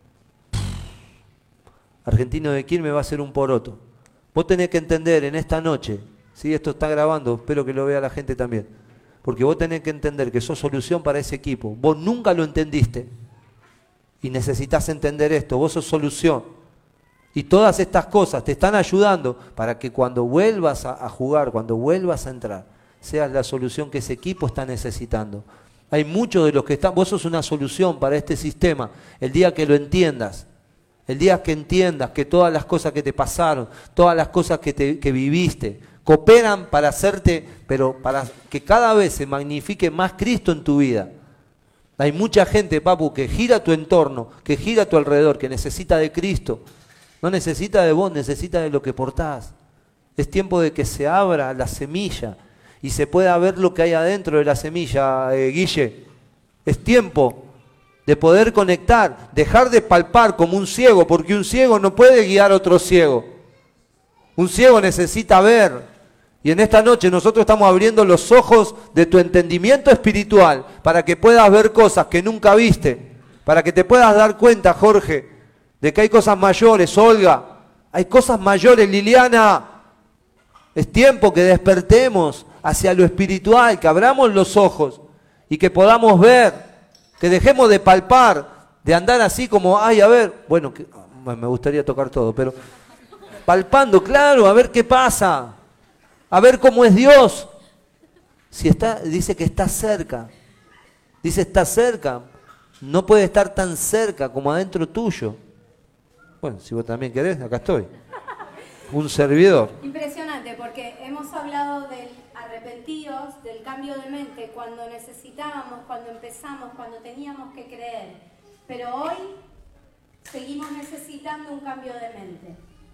Argentino de Quilmes va a ser un poroto. Vos tenés que entender en esta noche, si esto está grabando, espero que lo vea la gente también, porque vos tenés que entender que sos solución para ese equipo. Vos nunca lo entendiste. Y necesitas entender esto, vos sos solución. Y todas estas cosas te están ayudando para que cuando vuelvas a jugar, cuando vuelvas a entrar, seas la solución que ese equipo está necesitando. Hay muchos de los que están, vos sos una solución para este sistema. El día que lo entiendas, el día que entiendas que todas las cosas que te pasaron, todas las cosas que viviste, cooperan para hacerte, pero para que cada vez se magnifique más Cristo en tu vida. Hay mucha gente, papu, que gira a tu entorno, que gira a tu alrededor, que necesita de Cristo. No necesita de vos, necesita de lo que portás. Es tiempo de que se abra la semilla y se pueda ver lo que hay adentro de la semilla, Guille. Es tiempo de poder conectar, dejar de palpar como un ciego, porque un ciego no puede guiar a otro ciego. Un ciego necesita ver. Y en esta noche nosotros estamos abriendo los ojos de tu entendimiento espiritual para que puedas ver cosas que nunca viste, para que te puedas dar cuenta, Jorge, de que hay cosas mayores, Olga, hay cosas mayores, Liliana. Es tiempo que despertemos hacia lo espiritual, que abramos los ojos y que podamos ver, que dejemos de palpar, de andar así como, ay, a ver, bueno, me gustaría tocar todo, pero palpando, claro, a ver qué pasa. A ver cómo es Dios. Si está, dice que está cerca. Dice está cerca. No puede estar tan cerca como adentro tuyo. Bueno, si vos también querés, acá estoy. Un servidor. Impresionante, porque hemos hablado del arrepentidos, del cambio de mente, cuando necesitábamos, cuando empezamos, cuando teníamos que creer. Pero hoy seguimos necesitando un cambio de mente.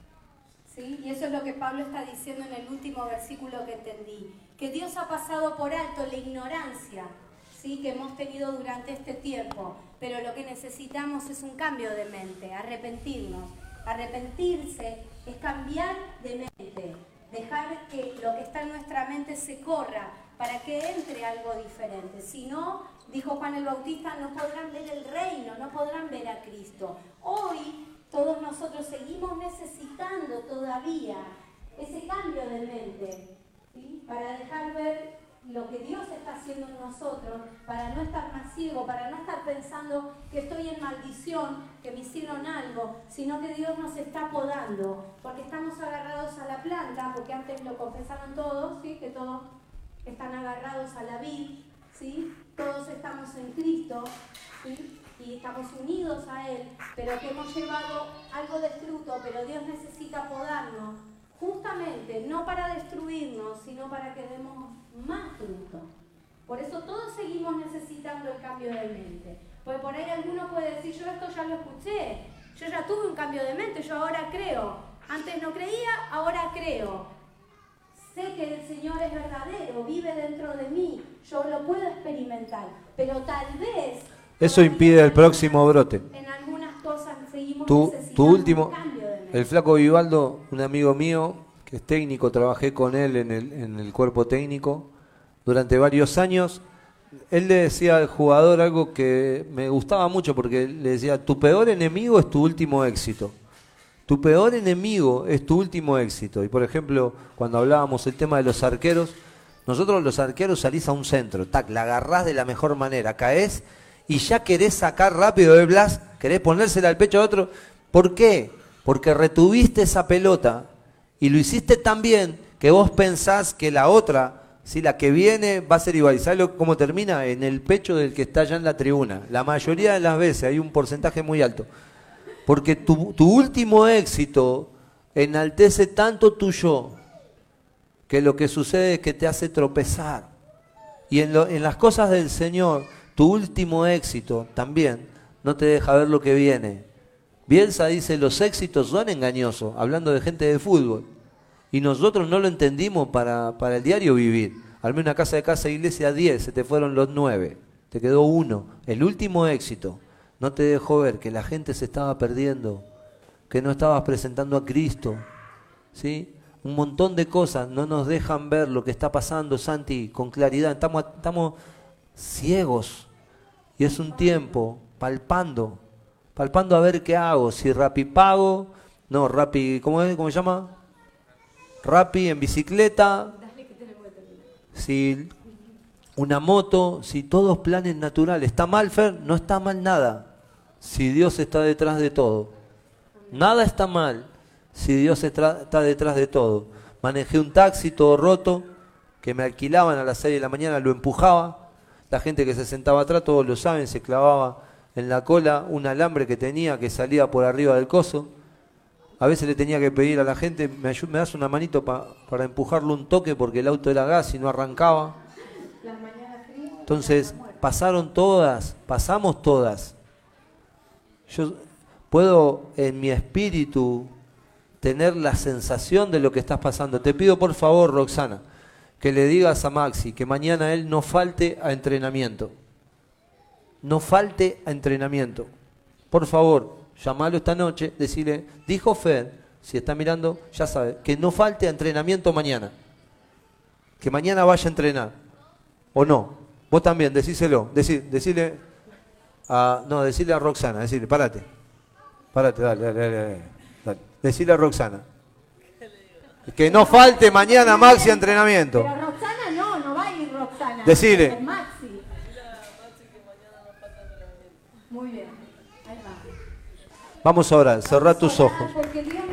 ¿Sí? Y eso es lo que Pablo está diciendo en el último versículo que entendí, que Dios ha pasado por alto la ignorancia, ¿sí?, que hemos tenido durante este tiempo, pero lo que necesitamos es un cambio de mente, arrepentirnos. Arrepentirse es cambiar de mente, dejar que lo que está en nuestra mente se corra para que entre algo diferente. Si no, dijo Juan el Bautista, no podrán ver el reino, no podrán ver a Cristo. Hoy todos nosotros seguimos necesitando todavía ese cambio de mente, ¿sí?, para dejar ver lo que Dios está haciendo en nosotros, para no estar más ciego, para no estar pensando que estoy en maldición, que me hicieron algo, sino que Dios nos está podando, porque estamos agarrados a la planta, porque antes lo confesaron todos, ¿sí?, que todos están agarrados a la vid, ¿sí?, todos estamos en Cristo, ¿sí?, y estamos unidos a Él, pero que hemos llevado algo de fruto, pero Dios necesita podarnos, justamente no para destruirnos, sino para que demos más fruto. Por eso todos seguimos necesitando el cambio de mente. Porque por ahí alguno puede decir, yo esto ya lo escuché, yo ya tuve un cambio de mente, yo ahora creo. Antes no creía, ahora creo. Sé que el Señor es verdadero, vive dentro de mí, yo lo puedo experimentar, pero tal vez... Eso impide el próximo brote. En algunas cosas seguimos Tu necesitando último, un cambio de mente. el flaco Vivaldo, un amigo mío que es técnico, trabajé con él en el cuerpo técnico durante varios años. Él le decía al jugador algo que me gustaba mucho, porque le decía, tu peor enemigo es tu último éxito. Tu peor enemigo es tu último éxito. Y por ejemplo, cuando hablábamos el tema de los arqueros, nosotros los arqueros salís a un centro, tac, la agarrás de la mejor manera, caés y ya querés sacar rápido de Blas, querés ponérsela al pecho a otro. ¿Por qué? Porque retuviste esa pelota y lo hiciste tan bien que vos pensás que la otra, ¿sí?, la que viene, va a ser igual. ¿Y sabés cómo termina? En el pecho del que está allá en la tribuna. La mayoría de las veces, hay un porcentaje muy alto. Porque tu último éxito enaltece tanto tu yo, que lo que sucede es que te hace tropezar. Y en las cosas del Señor, tu último éxito también no te deja ver lo que viene. Bielsa dice, los éxitos son engañosos, hablando de gente de fútbol. Y nosotros no lo entendimos para el diario vivir. Armé una casa de casa, iglesia 10, se te fueron los 9, te quedó 1. El último éxito no te dejó ver que la gente se estaba perdiendo, que no estabas presentando a Cristo, ¿sí? Un montón de cosas no nos dejan ver lo que está pasando, Santi, con claridad. Estamos ciegos. Y es un tiempo palpando a ver qué hago. Si Rappi pago, no, Rappi, ¿cómo se llama? Rappi en bicicleta, si una moto, si todos planes naturales. ¿Está mal, Fer? No está mal nada. si Dios está detrás de todo. Nada está mal si Dios está detrás de todo. Manejé un taxi todo roto, que me alquilaban a las 6 de la mañana, lo empujaba. La gente que se sentaba atrás, todos lo saben, se clavaba en la cola un alambre que tenía que salía por arriba del coso. A veces le tenía que pedir a la gente, me das una manito para empujarlo un toque porque el auto era gas y no arrancaba. Entonces, pasamos todas. Yo puedo en mi espíritu tener la sensación de lo que estás pasando. Te pido por favor, Roxana, que le digas a Maxi que mañana él no falte a entrenamiento. No falte a entrenamiento. Por favor, llamalo esta noche, decirle, dijo Fer, si está mirando, ya sabe, que no falte a entrenamiento mañana. Que mañana vaya a entrenar. ¿O no? Vos también, decíselo. Decirle a Roxana, decirle, párate, dale. Decirle a Roxana. Que no falte mañana Maxi a entrenamiento. Pero Roxana no va a ir Roxana. Decile. Es Maxi. Muy bien, ahí va. Vamos a orar, cerrá tus ojos. Porque Dios